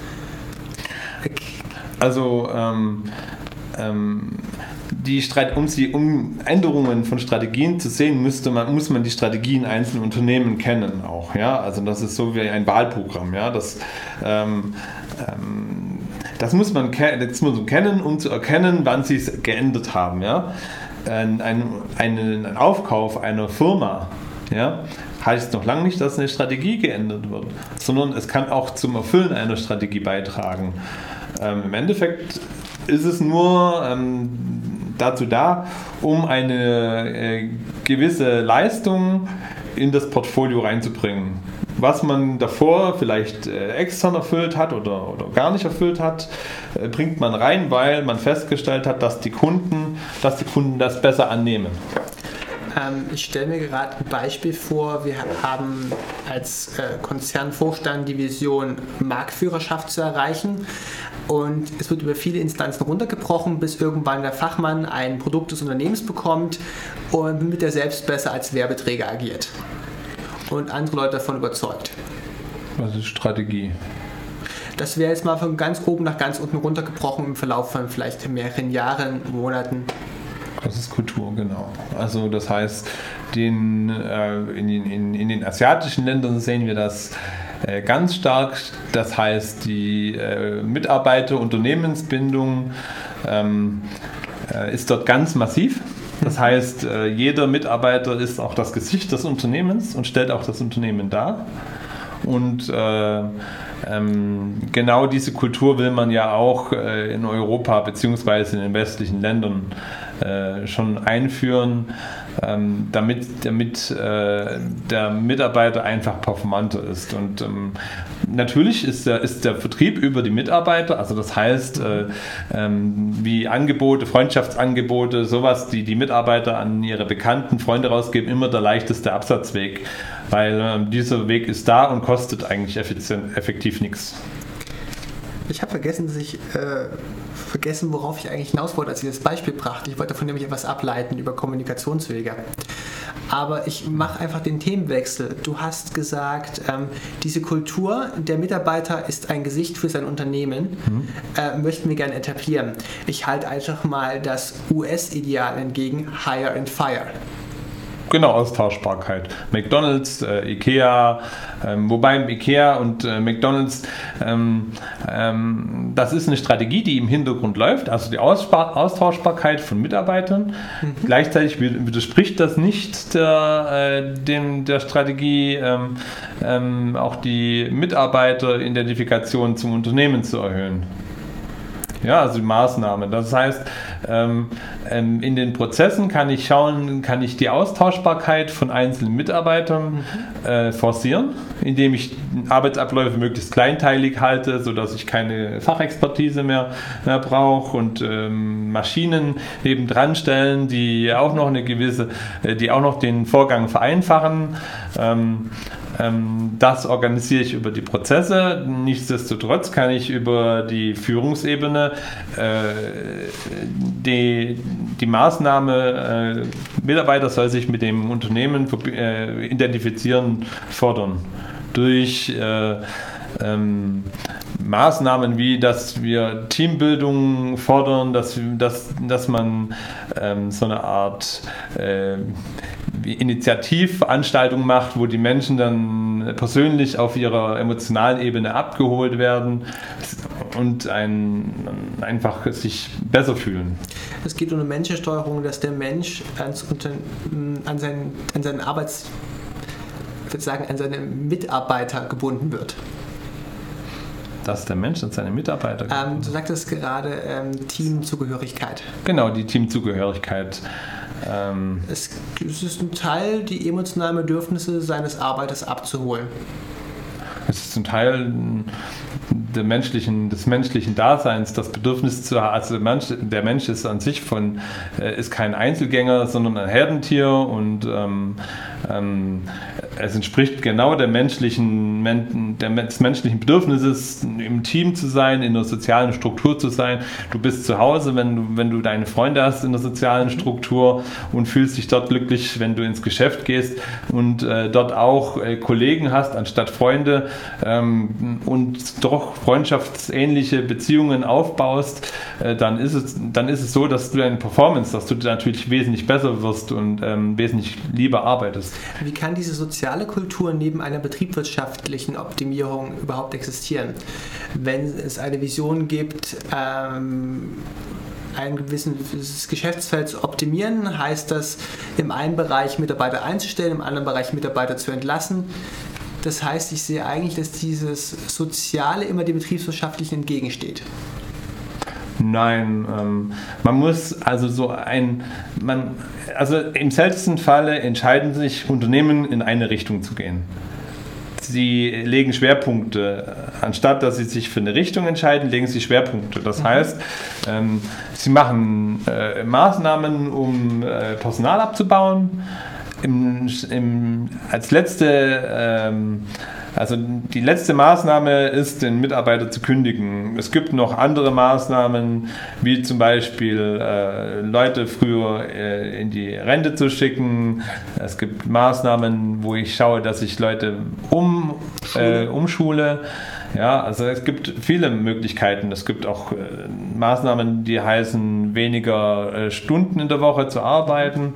D: Also ähm, ähm, die Streit, um, sie, um Änderungen von Strategien zu sehen, müsste man, muss man die Strategien einzelner Unternehmen kennen auch. Ja? Also das ist so wie ein Wahlprogramm. Ja? Das, ähm, ähm, das, muss man ke- das muss man kennen, um zu erkennen, wann sie es geändert haben. Ja? Ein, ein, ein, ein Aufkauf einer Firma, ja, heißt noch lange nicht, dass eine Strategie geändert wird, sondern es kann auch zum Erfüllen einer Strategie beitragen. Ähm, Im Endeffekt ist es nur ähm, dazu da, um eine äh, gewisse Leistung in das Portfolio reinzubringen. Was man davor vielleicht äh, extern erfüllt hat oder, oder gar nicht erfüllt hat, äh, bringt man rein, weil man festgestellt hat, dass die Kunden, dass die Kunden das besser annehmen.
C: Ähm, ich stelle mir gerade ein Beispiel vor. Wir haben als äh, Konzernvorstand die Vision, Marktführerschaft zu erreichen. Und es wird über viele Instanzen runtergebrochen, bis irgendwann der Fachmann ein Produkt des Unternehmens bekommt und mit der selbst besser als Werbeträger agiert. Und andere Leute davon überzeugt.
D: Was ist Strategie?
C: Das wäre jetzt mal von ganz oben nach ganz unten runtergebrochen im Verlauf von vielleicht mehreren Jahren, Monaten.
D: Das ist Kultur, genau. Also das heißt, den, äh, in, in, in den asiatischen Ländern sehen wir das äh, ganz stark. Das heißt, die äh, Mitarbeiter-Unternehmensbindung ähm, äh, ist dort ganz massiv. Das heißt, äh, jeder Mitarbeiter ist auch das Gesicht des Unternehmens und stellt auch das Unternehmen dar. Und äh, ähm, genau diese Kultur will man ja auch äh, in Europa bzw. in den westlichen Ländern äh, schon einführen, ähm, damit, damit äh, der Mitarbeiter einfach performanter ist. Und ähm, natürlich ist der, ist der Vertrieb über die Mitarbeiter, also das heißt, äh, ähm, wie Angebote, Freundschaftsangebote, sowas, die die Mitarbeiter an ihre Bekannten, Freunde rausgeben, immer der leichteste Absatzweg. Weil äh, dieser Weg ist da und kostet eigentlich effizient, effektiv nichts.
C: Ich habe vergessen, dass ich äh, vergessen, worauf ich eigentlich hinaus wollte, als ich das Beispiel brachte. Ich wollte davon nämlich etwas ableiten über Kommunikationswege. Aber ich mache einfach den Themenwechsel. Du hast gesagt, ähm, diese Kultur, der Mitarbeiter ist ein Gesicht für sein Unternehmen, mhm. äh, möchten wir gerne etablieren. Ich halte einfach mal das U S-Ideal entgegen, Hire and Fire.
D: Genau, Austauschbarkeit. McDonald's, äh, Ikea, ähm, wobei Ikea und äh, McDonald's, ähm, ähm, das ist eine Strategie, die im Hintergrund läuft, also die Ausspar- Austauschbarkeit von Mitarbeitern. Mhm. Gleichzeitig widerspricht das nicht der, äh, dem, der Strategie, ähm, ähm, auch die Mitarbeiteridentifikation zum Unternehmen zu erhöhen. Ja, also die Maßnahmen. Das heißt, ähm, ähm, in den Prozessen kann ich schauen, kann ich die Austauschbarkeit von einzelnen Mitarbeitern mhm. äh, forcieren, indem ich Arbeitsabläufe möglichst kleinteilig halte, sodass ich keine Fachexpertise mehr, mehr brauche und ähm, Maschinen nebendran stellen, die auch noch eine gewisse, äh, die auch noch den Vorgang vereinfachen. Ähm, Ähm, das organisiere ich über die Prozesse. Nichtsdestotrotz kann ich über die Führungsebene äh, die, die Maßnahme, äh, Mitarbeiter soll sich mit dem Unternehmen äh, identifizieren, fördern. Durch äh, ähm, Maßnahmen wie, dass wir Teambildung fordern, dass, dass, dass man ähm, so eine Art äh, Initiativveranstaltung macht, wo die Menschen dann persönlich auf ihrer emotionalen Ebene abgeholt werden und ein, einfach sich besser fühlen.
C: Es geht um eine Menschensteuerung, dass der Mensch ans Unter- an seinen, an seinen Arbeits, ich würde sagen, an seine Mitarbeiter gebunden wird.
D: Dass der Mensch und seine Mitarbeiter.
C: Ähm, du sagtest gerade ähm, Teamzugehörigkeit.
D: Genau, die Teamzugehörigkeit. Ähm
C: es, es ist ein Teil, die emotionalen Bedürfnisse seines Arbeiters abzuholen.
D: Es ist ein Teil der menschlichen, des menschlichen Daseins, das Bedürfnis zu haben. Also der Mensch, der Mensch ist an sich von, äh, ist kein Einzelgänger, sondern ein Herdentier und ähm, ähm, es entspricht genau der menschlichen, der, des menschlichen Bedürfnisses, im Team zu sein, in einer sozialen Struktur zu sein. Du bist zu Hause, wenn du, wenn du deine Freunde hast in der sozialen Struktur und fühlst dich dort glücklich, wenn du ins Geschäft gehst und äh, dort auch äh, Kollegen hast anstatt Freunde ähm, und doch freundschaftsähnliche Beziehungen aufbaust, äh, dann ist es, dann ist es so, dass du deine Performance, dass du natürlich wesentlich besser wirst und ähm, wesentlich lieber arbeitest.
C: Wie kann diese soziale Kultur neben einer betriebswirtschaftlichen Optimierung überhaupt existieren? Wenn es eine Vision gibt, ähm, ein gewisses Geschäftsfeld zu optimieren, heißt das, im einen Bereich Mitarbeiter einzustellen, im anderen Bereich Mitarbeiter zu entlassen. Das heißt, ich sehe eigentlich, dass dieses Soziale immer dem Betriebswirtschaftlichen entgegensteht.
D: Nein, ähm, man muss also so ein, man, also im seltensten Falle entscheiden sich Unternehmen in eine Richtung zu gehen. Sie legen Schwerpunkte, anstatt dass sie sich für eine Richtung entscheiden, legen sie Schwerpunkte. Das heißt, ähm, sie machen äh, Maßnahmen, um äh, Personal abzubauen. Im, im, als letzte, ähm, also die letzte Maßnahme ist, den Mitarbeiter zu kündigen. Es gibt noch andere Maßnahmen, wie zum Beispiel äh, Leute früher äh, in die Rente zu schicken. Es gibt Maßnahmen, wo ich schaue, dass ich Leute um, äh, umschule. Ja, also es gibt viele Möglichkeiten. Es gibt auch äh, Maßnahmen, die heißen, weniger äh, Stunden in der Woche zu arbeiten.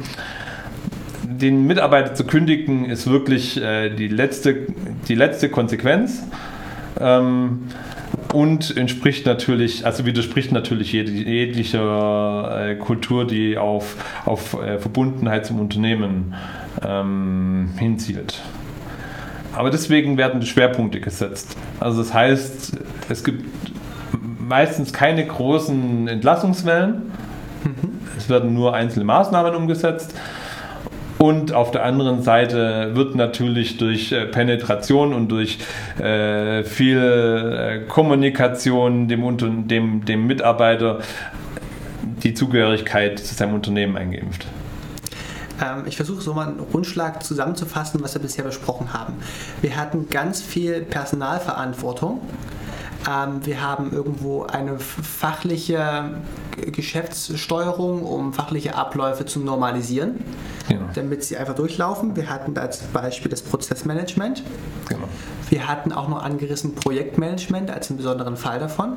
D: Den Mitarbeiter zu kündigen, ist wirklich äh, die, letzte, die letzte Konsequenz ähm, und entspricht natürlich, also widerspricht natürlich jed- jeglicher äh, Kultur, die auf, auf äh, Verbundenheit zum Unternehmen ähm, hinzielt. Aber deswegen werden die Schwerpunkte gesetzt. Also das heißt, es gibt meistens keine großen Entlassungswellen, mhm. Es werden nur einzelne Maßnahmen umgesetzt. Und auf der anderen Seite wird natürlich durch äh, Penetration und durch äh, viel äh, Kommunikation dem, Unter- dem, dem Mitarbeiter die Zugehörigkeit zu seinem Unternehmen eingeimpft.
C: Ähm, ich versuche so mal einen Rundschlag zusammenzufassen, was wir bisher besprochen haben. Wir hatten ganz viel Personalverantwortung. Ähm, wir haben irgendwo eine fachliche Geschäftssteuerung, um fachliche Abläufe zu normalisieren, genau. Damit sie einfach durchlaufen. Wir hatten als Beispiel das Prozessmanagement. Genau. Wir hatten auch noch angerissen Projektmanagement als einen besonderen Fall davon.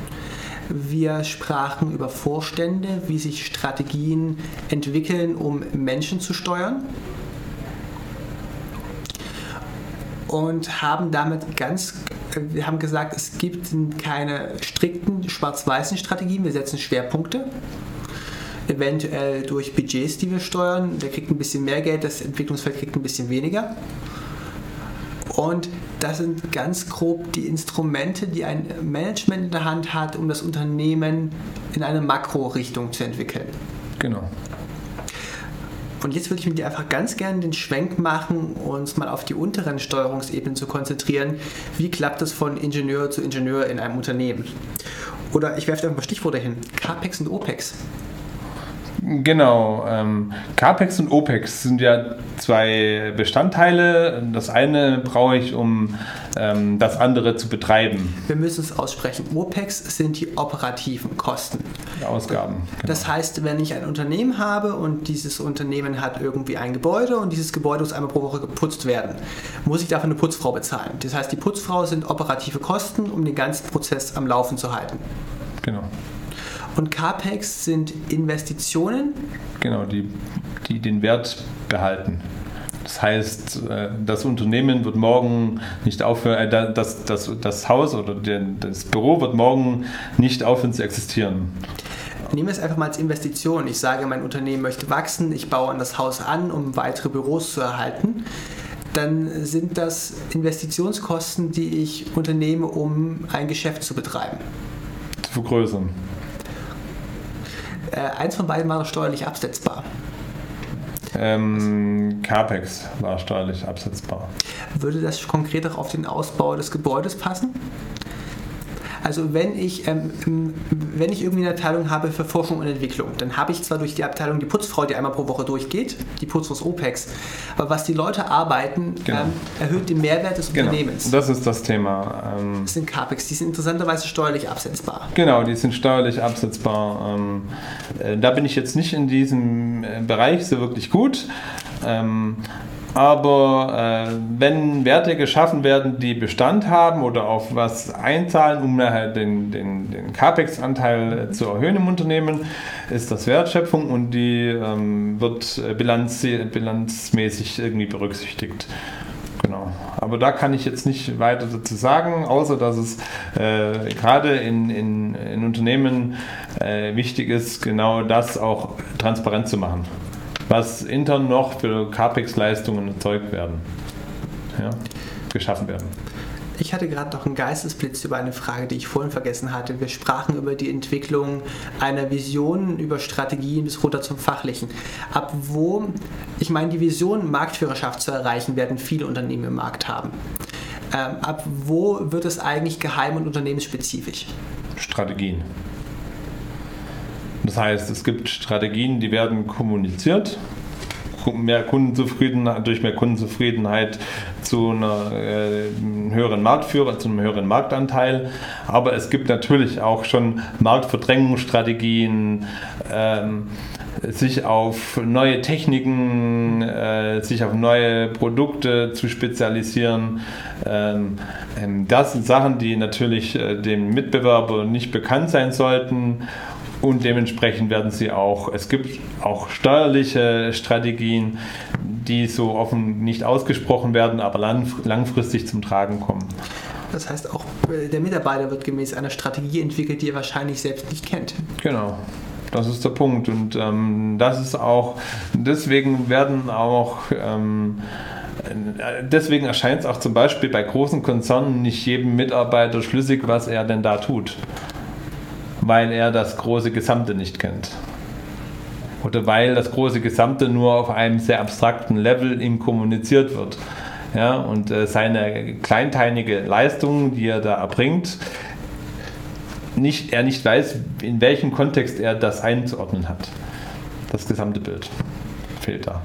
C: Wir sprachen über Vorstände, wie sich Strategien entwickeln, um Menschen zu steuern. Und haben damit ganz, wir haben gesagt, es gibt keine strikten schwarz-weißen Strategien, wir setzen Schwerpunkte. Eventuell durch Budgets, die wir steuern. Der kriegt ein bisschen mehr Geld, das Entwicklungsfeld kriegt ein bisschen weniger. Und das sind ganz grob die Instrumente, die ein Management in der Hand hat, um das Unternehmen in eine Makro-Richtung zu entwickeln.
D: Genau.
C: Und jetzt würde ich mit dir einfach ganz gerne den Schwenk machen, uns mal auf die unteren Steuerungsebenen zu konzentrieren. Wie klappt das von Ingenieur zu Ingenieur in einem Unternehmen? Oder ich werfe einfach ein paar Stichworte hin. CAPEX und OPEX.
D: Genau, ähm, CAPEX und OPEX sind ja zwei Bestandteile. Das eine brauche ich, um ähm, das andere zu betreiben.
C: Wir müssen es aussprechen. OPEX sind die operativen Kosten.
D: Die Ausgaben. Genau.
C: Das heißt, wenn ich ein Unternehmen habe und dieses Unternehmen hat irgendwie ein Gebäude und dieses Gebäude muss einmal pro Woche geputzt werden, muss ich dafür eine Putzfrau bezahlen. Das heißt, die Putzfrau sind operative Kosten, um den ganzen Prozess am Laufen zu halten.
D: Genau.
C: Und CAPEX sind Investitionen?
D: Genau, die, die den Wert behalten. Das heißt, das Unternehmen wird morgen nicht aufhören, das, das, das Haus oder das Büro wird morgen nicht aufhören zu existieren.
C: Nehmen wir es einfach mal als Investition. Ich sage, mein Unternehmen möchte wachsen, ich baue an das Haus an, um weitere Büros zu erhalten. Dann sind das Investitionskosten, die ich unternehme, um ein Geschäft zu betreiben.
D: Zu vergrößern.
C: Äh, eins von beiden war noch steuerlich absetzbar.
D: Ähm, CAPEX war steuerlich absetzbar.
C: Würde das konkret auch auf den Ausbau des Gebäudes passen? Also wenn ich, ähm, wenn ich irgendwie eine Abteilung habe für Forschung und Entwicklung, dann habe ich zwar durch die Abteilung die Putzfrau, die einmal pro Woche durchgeht, die Putzfrau OPEX, aber was die Leute arbeiten,
D: genau.
C: ähm, erhöht den Mehrwert des
D: genau.
C: Unternehmens.
D: Das ist das Thema. Ähm,
C: das sind CAPEX, die sind interessanterweise steuerlich absetzbar.
D: Genau, die sind steuerlich absetzbar. Ähm, äh, da bin ich jetzt nicht in diesem äh, Bereich so wirklich gut. Ähm, Aber äh, wenn Werte geschaffen werden, die Bestand haben oder auf was einzahlen, um nachher den, den, den CAPEX-Anteil äh, zu erhöhen im Unternehmen, ist das Wertschöpfung und die ähm, wird bilanz, bilanzmäßig irgendwie berücksichtigt. Genau. Aber da kann ich jetzt nicht weiter dazu sagen, außer dass es äh, gerade in, in, in Unternehmen äh, wichtig ist, genau das auch transparent zu machen. Was intern noch für CAPEX-Leistungen erzeugt werden, ja, geschaffen werden.
C: Ich hatte gerade noch einen Geistesblitz über eine Frage, die ich vorhin vergessen hatte. Wir sprachen über die Entwicklung einer Vision, über Strategien bis runter zum Fachlichen. Ab wo, ich meine, die Vision, Marktführerschaft zu erreichen, werden viele Unternehmen im Markt haben. Ähm, ab wo wird es eigentlich geheim und unternehmensspezifisch?
D: Strategien. Das heißt, es gibt Strategien, die werden kommuniziert, mehr Kundenzufriedenheit, durch mehr Kundenzufriedenheit zu einer äh, höheren Marktführer, zu einem höheren Marktanteil. Aber es gibt natürlich auch schon Marktverdrängungsstrategien, ähm, sich auf neue Techniken, äh, sich auf neue Produkte zu spezialisieren. Ähm, ähm, das sind Sachen, die natürlich äh, dem Mitbewerber nicht bekannt sein sollten. Und dementsprechend werden sie auch, es gibt auch steuerliche Strategien, die so offen nicht ausgesprochen werden, aber lang, langfristig zum Tragen kommen.
C: Das heißt, auch der Mitarbeiter wird gemäß einer Strategie entwickelt, die er wahrscheinlich selbst nicht kennt.
D: Genau, das ist der Punkt. Und ähm, das ist auch, deswegen werden auch, ähm, deswegen erscheint es auch zum Beispiel bei großen Konzernen nicht jedem Mitarbeiter schlüssig, was er denn da tut. Weil er das große Gesamte nicht kennt. Oder weil das große Gesamte nur auf einem sehr abstrakten Level ihm kommuniziert wird. Ja, und äh, seine kleinteilige Leistung, die er da erbringt, nicht, er nicht weiß, in welchem Kontext er das einzuordnen hat. Das gesamte Bild fehlt da.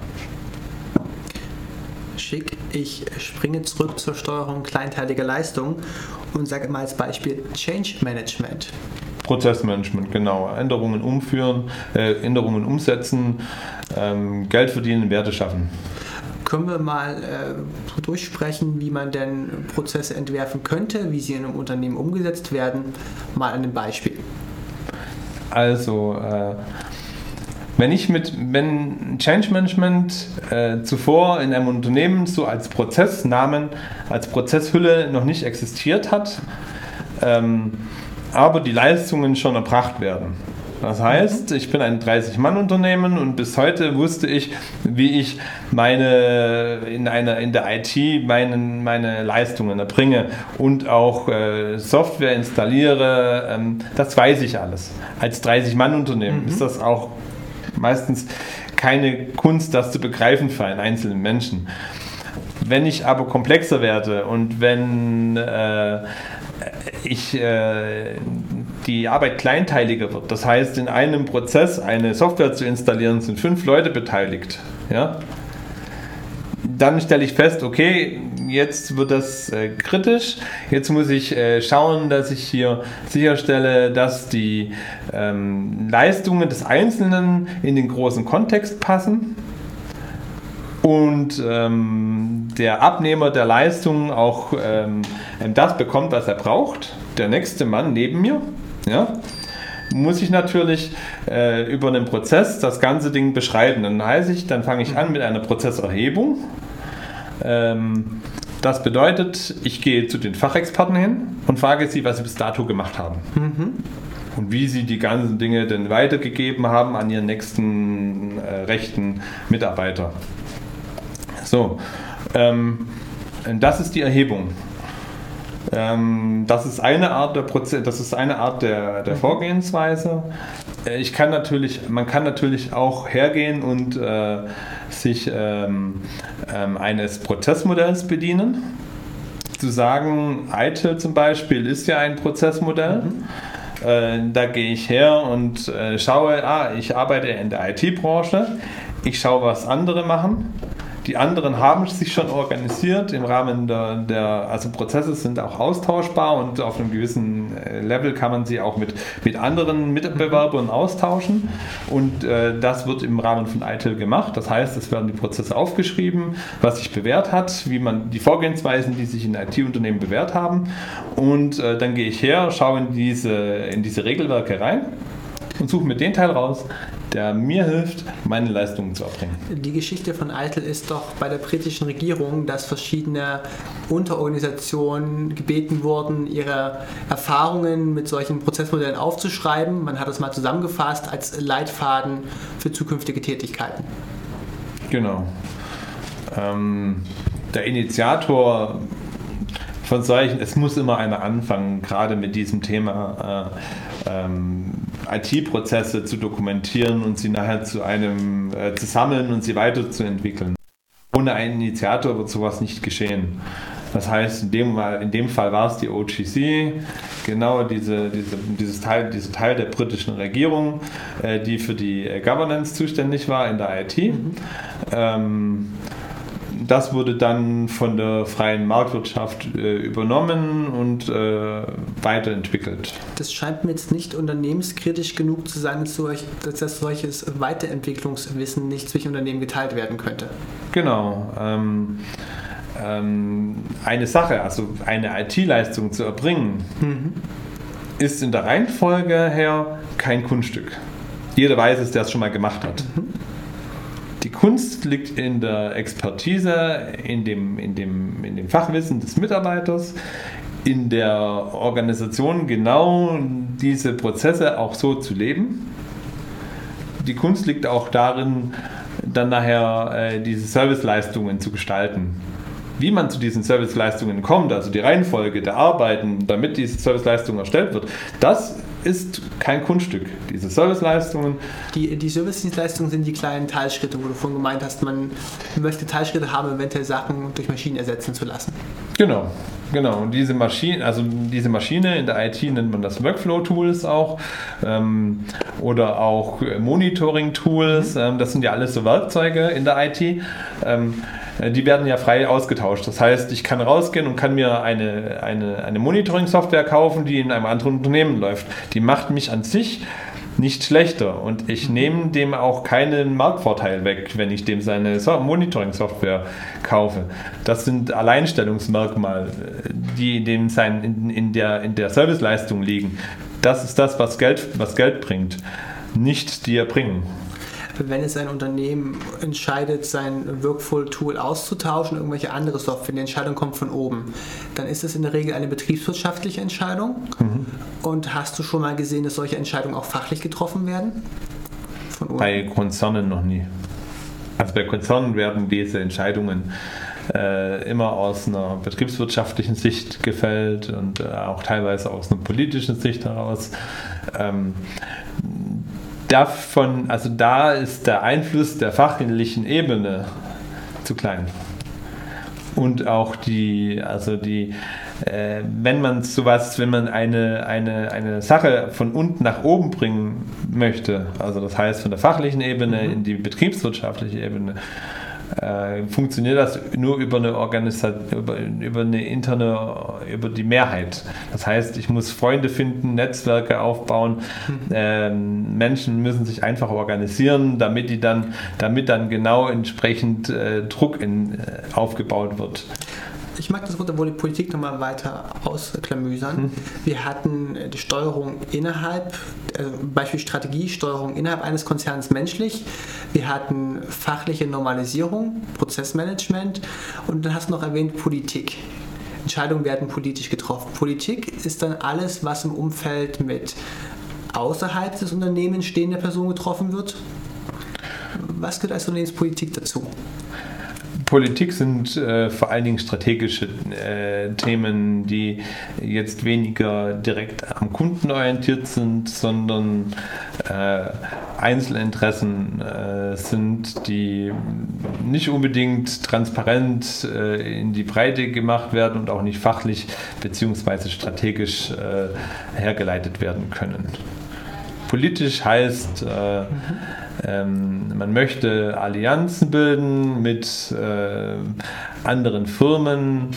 C: Schick, ich springe zurück zur Steuerung kleinteiliger Leistungen und sage mal als Beispiel Change Management.
D: Prozessmanagement, genau. Änderungen umführen, äh, Änderungen umsetzen, ähm, Geld verdienen, Werte schaffen.
C: Können wir mal äh, durchsprechen, wie man denn Prozesse entwerfen könnte, wie sie in einem Unternehmen umgesetzt werden? Mal an einem Beispiel.
D: Also, äh, wenn ich mit, wenn Change Management äh, zuvor in einem Unternehmen so als Prozessnamen, als Prozesshülle noch nicht existiert hat, ähm, aber die Leistungen schon erbracht werden. Das heißt, ich bin ein dreißig-Mann-Unternehmen und bis heute wusste ich, wie ich meine in einer in der I T meinen, meine Leistungen erbringe und auch äh, Software installiere. Ähm, das weiß ich alles. Als dreißig-Mann-Unternehmen mhm. ist das auch meistens keine Kunst, das zu begreifen für einen einzelnen Menschen. Wenn ich aber komplexer werde und wenn äh, ich äh, die Arbeit kleinteiliger wird, das heißt, in einem Prozess eine Software zu installieren, sind fünf Leute beteiligt, ja, dann stelle ich fest, okay, jetzt wird das äh, kritisch, jetzt muss ich äh, schauen, dass ich hier sicherstelle, dass die ähm, Leistungen des Einzelnen in den großen Kontext passen und ähm, der Abnehmer der Leistung auch ähm, das bekommt, was er braucht, der nächste Mann neben mir, ja, muss ich natürlich äh, über einen Prozess das ganze Ding beschreiben. Dann heißt ich, dann fange ich an mit einer Prozesserhebung. Ähm, das bedeutet, ich gehe zu den Fachexperten hin und frage sie, was sie bis dato gemacht haben. Mhm. Und wie sie die ganzen Dinge denn weitergegeben haben an ihren nächsten äh, rechten Mitarbeiter. So, ähm, das ist die Erhebung. Ähm, das ist eine Art der Proze- das ist eine Art der, der Vorgehensweise. Äh, ich kann natürlich, man kann natürlich auch hergehen und äh, sich ähm, ähm, eines Prozessmodells bedienen. Zu sagen, ITIL zum Beispiel ist ja ein Prozessmodell. Mhm. Äh, da gehe ich her und äh, schaue, ah, ich arbeite in der I T-Branche, ich schaue, was andere machen. Die anderen haben sich schon organisiert im Rahmen der, der, also Prozesse sind auch austauschbar und auf einem gewissen Level kann man sie auch mit, mit anderen Mitbewerbern austauschen und äh, das wird im Rahmen von ITIL gemacht. Das heißt, es werden die Prozesse aufgeschrieben, was sich bewährt hat, wie man die Vorgehensweisen, die sich in I T-Unternehmen bewährt haben und äh, dann gehe ich her, schaue in diese, in diese Regelwerke rein und suche mir den Teil raus, der mir hilft, meine Leistungen zu erbringen.
C: Die Geschichte von ITIL ist doch bei der britischen Regierung, dass verschiedene Unterorganisationen gebeten wurden, ihre Erfahrungen mit solchen Prozessmodellen aufzuschreiben. Man hat das mal zusammengefasst als Leitfaden für zukünftige Tätigkeiten.
D: Genau. Ähm, der Initiator von solchen, es muss immer einer anfangen, gerade mit diesem Thema äh, ähm, I T-Prozesse zu dokumentieren und sie nachher zu einem äh, zu sammeln und sie weiterzuentwickeln. Ohne einen Initiator wird sowas nicht geschehen. Das heißt, in dem, in dem Fall war es die O G C, genau diese, diese, dieses Teil, dieser Teil der britischen Regierung, äh, die für die äh, Governance zuständig war in der I T. Mhm. Ähm, Das wurde dann von der freien Marktwirtschaft äh, übernommen und äh, weiterentwickelt.
C: Das scheint mir jetzt nicht unternehmenskritisch genug zu sein, dass das solches Weiterentwicklungswissen nicht zwischen Unternehmen geteilt werden könnte.
D: Genau. Ähm, ähm, eine Sache, also eine I T-Leistung zu erbringen, mhm. ist in der Reihenfolge her kein Kunststück. Jeder weiß es, der es schon mal gemacht hat. Mhm. Die Kunst liegt in der Expertise, in dem, in, dem, in dem Fachwissen des Mitarbeiters, in der Organisation genau diese Prozesse auch so zu leben. Die Kunst liegt auch darin, dann nachher äh, diese Serviceleistungen zu gestalten. Wie man zu diesen Serviceleistungen kommt, also die Reihenfolge der Arbeiten, damit diese Serviceleistung erstellt wird, das ist kein Kunststück. Diese Serviceleistungen.
C: Die, die Serviceleistungen sind die kleinen Teilschritte, wo du vorhin gemeint hast, man möchte Teilschritte haben, eventuell Sachen durch Maschinen ersetzen zu lassen.
D: Genau. Genau, und diese Maschine, also diese Maschine in der I T nennt man das Workflow-Tools auch ähm, oder auch Monitoring-Tools, mhm. ähm, das sind ja alles so Werkzeuge in der I T. Ähm, die werden ja frei ausgetauscht. Das heißt, ich kann rausgehen und kann mir eine, eine, eine Monitoring-Software kaufen, die in einem anderen Unternehmen läuft. Die macht mich an sich nicht schlechter und ich nehme dem auch keinen Marktvorteil weg, wenn ich dem seine so- Monitoring-Software kaufe. Das sind Alleinstellungsmerkmale, die in, dem sein, in, in, der, in der Serviceleistung liegen. Das ist das, was Geld, was Geld bringt, nicht die Erbringen.
C: Wenn es ein Unternehmen entscheidet, sein Workflow-Tool auszutauschen, irgendwelche andere Software, die Entscheidung kommt von oben, dann ist es in der Regel eine betriebswirtschaftliche Entscheidung. Mhm. Und hast du schon mal gesehen, dass solche Entscheidungen auch fachlich getroffen werden?
D: Von oben? Bei Konzernen noch nie. Also bei Konzernen werden diese Entscheidungen äh, immer aus einer betriebswirtschaftlichen Sicht gefällt und äh, auch teilweise aus einer politischen Sicht heraus. Ähm, Davon, also da ist der Einfluss der fachlichen Ebene zu klein. Und auch die, also die, äh, wenn man sowas, wenn man eine, eine, eine Sache von unten nach oben bringen möchte, also das heißt von der fachlichen Ebene in die betriebswirtschaftliche Ebene, Äh, funktioniert das nur über eine Organisation, über, über eine interne, über die Mehrheit. Das heißt, ich muss Freunde finden, Netzwerke aufbauen. Mhm. Ähm, Menschen müssen sich einfach organisieren, damit die dann, damit dann genau entsprechend äh, Druck in, äh, aufgebaut wird.
C: Ich mag das Wort, wo die Politik nochmal weiter ausklamüsern. Hm. Wir hatten die Steuerung innerhalb, also Beispiel Strategie, Steuerung innerhalb eines Konzerns menschlich. Wir hatten fachliche Normalisierung, Prozessmanagement und dann hast du noch erwähnt Politik. Entscheidungen werden politisch getroffen. Politik ist dann alles, was im Umfeld mit außerhalb des Unternehmens stehender Person getroffen wird. Was gehört als Unternehmenspolitik dazu?
D: Politik sind äh, vor allen Dingen strategische äh, Themen, die jetzt weniger direkt am Kunden orientiert sind, sondern äh, Einzelinteressen äh, sind, die nicht unbedingt transparent äh, in die Breite gemacht werden und auch nicht fachlich bzw. strategisch äh, hergeleitet werden können. Politisch heißt, äh, mhm. ähm, man möchte Allianzen bilden mit äh, anderen Firmen,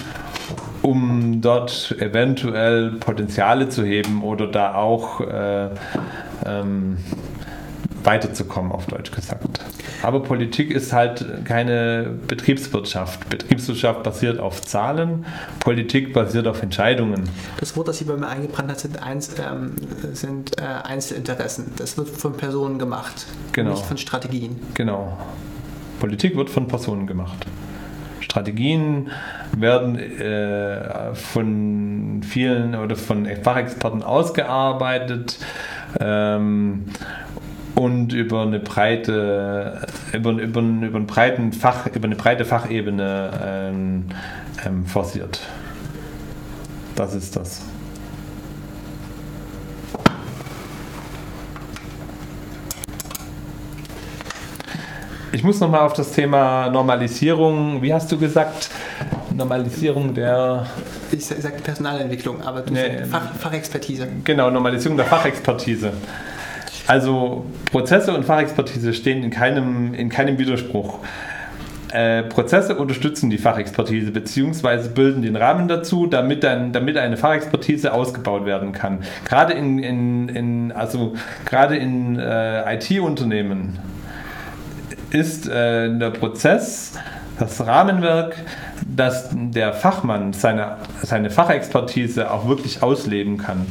D: um dort eventuell Potenziale zu heben oder da auch äh, ähm, weiterzukommen, auf Deutsch gesagt. Aber Politik ist halt keine Betriebswirtschaft. Betriebswirtschaft basiert auf Zahlen, Politik basiert auf Entscheidungen.
C: Das Wort, das hier bei mir eingebrannt hat, sind, Einz, ähm, sind äh, Einzelinteressen. Das wird von Personen gemacht,
D: genau.
C: Nicht von Strategien.
D: Genau. Politik wird von Personen gemacht. Strategien werden äh, von vielen oder von Fachexperten ausgearbeitet ähm, und über eine breite, über, über, über, einen breiten Fach, über eine breite Fachebene ähm, ähm, forciert. Das ist das. Ich muss nochmal auf das Thema Normalisierung, wie hast du gesagt, Normalisierung der...
C: Ich sage Personalentwicklung, aber du
D: nee,
C: sagst Fach, Fachexpertise.
D: Genau, Normalisierung der Fachexpertise. Also Prozesse und Fachexpertise stehen in keinem, in keinem Widerspruch. Äh, Prozesse unterstützen die Fachexpertise bzw. bilden den Rahmen dazu, damit, dann, damit eine Fachexpertise ausgebaut werden kann. Gerade in, in, in, also gerade in äh, I T-Unternehmen ist äh, der Prozess, das Rahmenwerk, dass der Fachmann seine, seine Fachexpertise auch wirklich ausleben kann.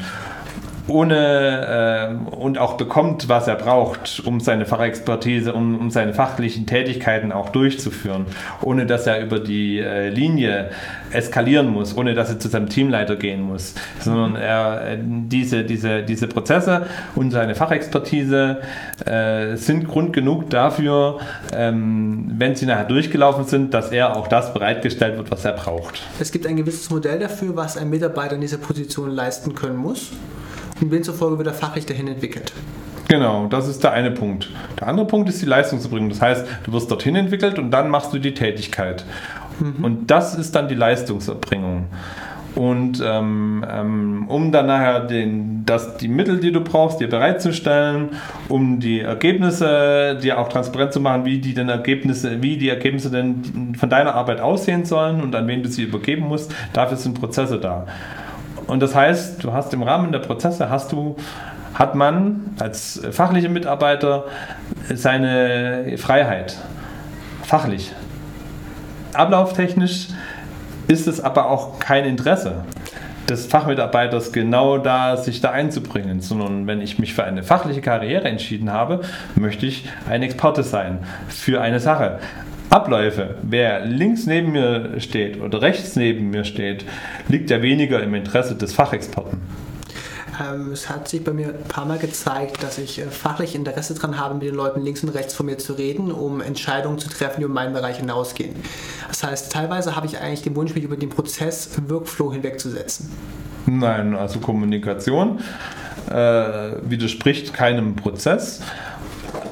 D: Ohne äh, und auch bekommt, was er braucht, um seine Fachexpertise, um, um seine fachlichen Tätigkeiten auch durchzuführen, ohne dass er über die äh, Linie eskalieren muss, ohne dass er zu seinem Teamleiter gehen muss, sondern er, äh, diese, diese, diese Prozesse und seine Fachexpertise äh, sind Grund genug dafür, ähm, wenn sie nachher durchgelaufen sind, dass er auch das bereitgestellt wird, was er braucht.
C: Es gibt ein gewisses Modell dafür, was ein Mitarbeiter in dieser Position leisten können muss. Und demzufolge wird er fachlich dahin entwickelt.
D: Genau, das ist der eine Punkt. Der andere Punkt ist die Leistungserbringung. Das heißt, du wirst dorthin entwickelt und dann machst du die Tätigkeit. Mhm. Und das ist dann die Leistungserbringung. Und ähm, ähm, um dann nachher den, das, die Mittel, die du brauchst, dir bereitzustellen, um die Ergebnisse dir auch transparent zu machen, wie die, denn Ergebnisse, wie die Ergebnisse denn von deiner Arbeit aussehen sollen und an wen du sie übergeben musst, dafür sind Prozesse da. Und das heißt, du hast im Rahmen der Prozesse, hast du, hat man als fachlicher Mitarbeiter seine Freiheit, fachlich. Ablauftechnisch ist es aber auch kein Interesse des Fachmitarbeiters, genau da sich da einzubringen, sondern wenn ich mich für eine fachliche Karriere entschieden habe, möchte ich ein Experte sein für eine Sache. Abläufe, wer links neben mir steht oder rechts neben mir steht, liegt ja weniger im Interesse des Fachexperten.
C: Ähm, es hat sich bei mir ein paar Mal gezeigt, dass ich äh, fachlich Interesse daran habe, mit den Leuten links und rechts von mir zu reden, um Entscheidungen zu treffen, die über meinen Bereich hinausgehen. Das heißt, teilweise habe ich eigentlich den Wunsch, mich über den Prozess Workflow hinwegzusetzen.
D: Nein, also Kommunikation äh, widerspricht keinem Prozess.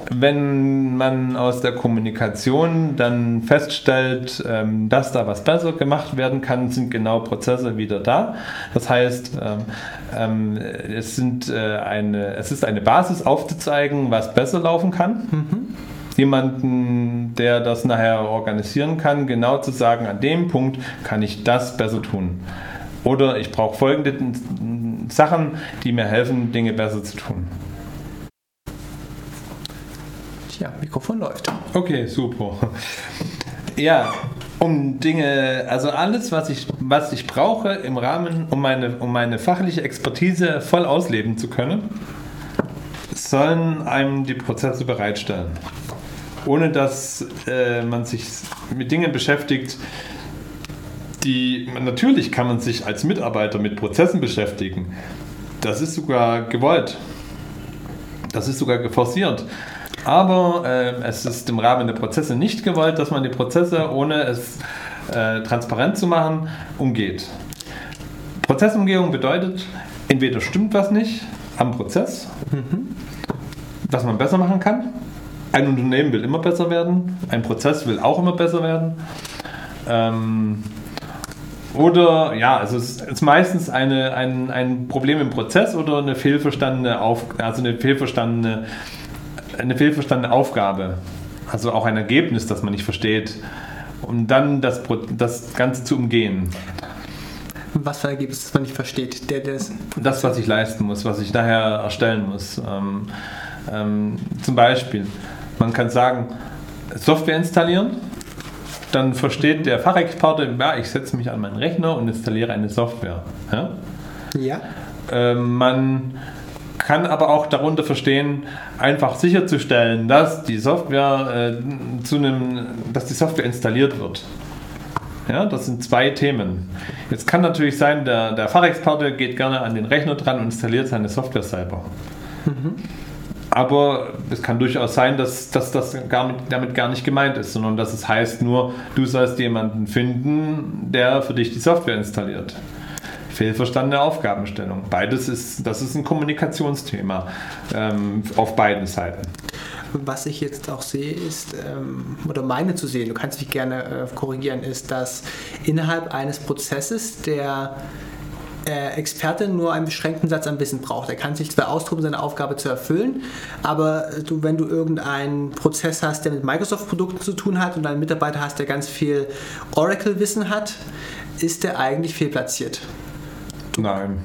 D: wenn man aus der Kommunikation dann feststellt, ähm, dass da was besser gemacht werden kann, sind genau Prozesse wieder da. Das heißt, ähm, ähm, es, sind, äh, eine, es ist eine Basis aufzuzeigen, was besser laufen kann. Mhm. Jemanden, der das nachher organisieren kann, genau zu sagen, an dem Punkt kann ich das besser tun. Oder ich brauche folgende Sachen, die mir helfen, Dinge besser zu tun.
C: Ja, Mikrofon läuft.
D: Okay, super. Ja, um Dinge, also alles, was ich, was ich brauche im Rahmen, um meine, um meine fachliche Expertise voll ausleben zu können, sollen einem die Prozesse bereitstellen. Ohne dass äh, man sich mit Dingen beschäftigt, die, natürlich kann man sich als Mitarbeiter mit Prozessen beschäftigen. Das ist sogar gewollt. Das ist sogar forciert. Aber äh, es ist im Rahmen der Prozesse nicht gewollt, dass man die Prozesse, ohne es äh, transparent zu machen, umgeht. Prozessumgehung bedeutet, entweder stimmt was nicht am Prozess, mhm. was man besser machen kann. Ein Unternehmen will immer besser werden, ein Prozess will auch immer besser werden. Ähm, oder, ja, also es ist meistens eine, ein, ein Problem im Prozess oder eine fehlverstandene, Auf, also eine fehlverstandene eine fehlverstandene Aufgabe, also auch ein Ergebnis, das man nicht versteht, um dann das, das Ganze zu umgehen.
C: Was für ein Ergebnis, das man nicht versteht? Der, der das,
D: das, was ich leisten muss, was ich nachher erstellen muss. Ähm, ähm, zum Beispiel, man kann sagen, Software installieren, dann versteht der Fachexperte, ja, ich setze mich an meinen Rechner und installiere eine Software. Ja?
C: Ja.
D: Ähm, man kann aber auch darunter verstehen, einfach sicherzustellen, dass die Software äh, zu einem, dass die Software installiert wird. Ja, das sind zwei Themen. Jetzt kann natürlich sein, der, der Fachexperte geht gerne an den Rechner dran und installiert seine Software selber. Mhm. Aber es kann durchaus sein, dass, dass das gar mit, damit gar nicht gemeint ist, sondern dass es heißt nur, du sollst jemanden finden, der für dich die Software installiert. Fehlverstandene Aufgabenstellung. Beides ist, das ist ein Kommunikationsthema ähm, auf beiden Seiten.
C: Was ich jetzt auch sehe, ist, ähm, oder meine zu sehen, du kannst mich gerne äh, korrigieren, ist, dass innerhalb eines Prozesses der äh, Experte nur einen beschränkten Satz an Wissen braucht. Er kann sich zwar austoben, seine Aufgabe zu erfüllen, aber du, wenn du irgendeinen Prozess hast, der mit Microsoft-Produkten zu tun hat und einen Mitarbeiter hast, der ganz viel Oracle-Wissen hat, ist der eigentlich fehlplatziert.
D: Nein.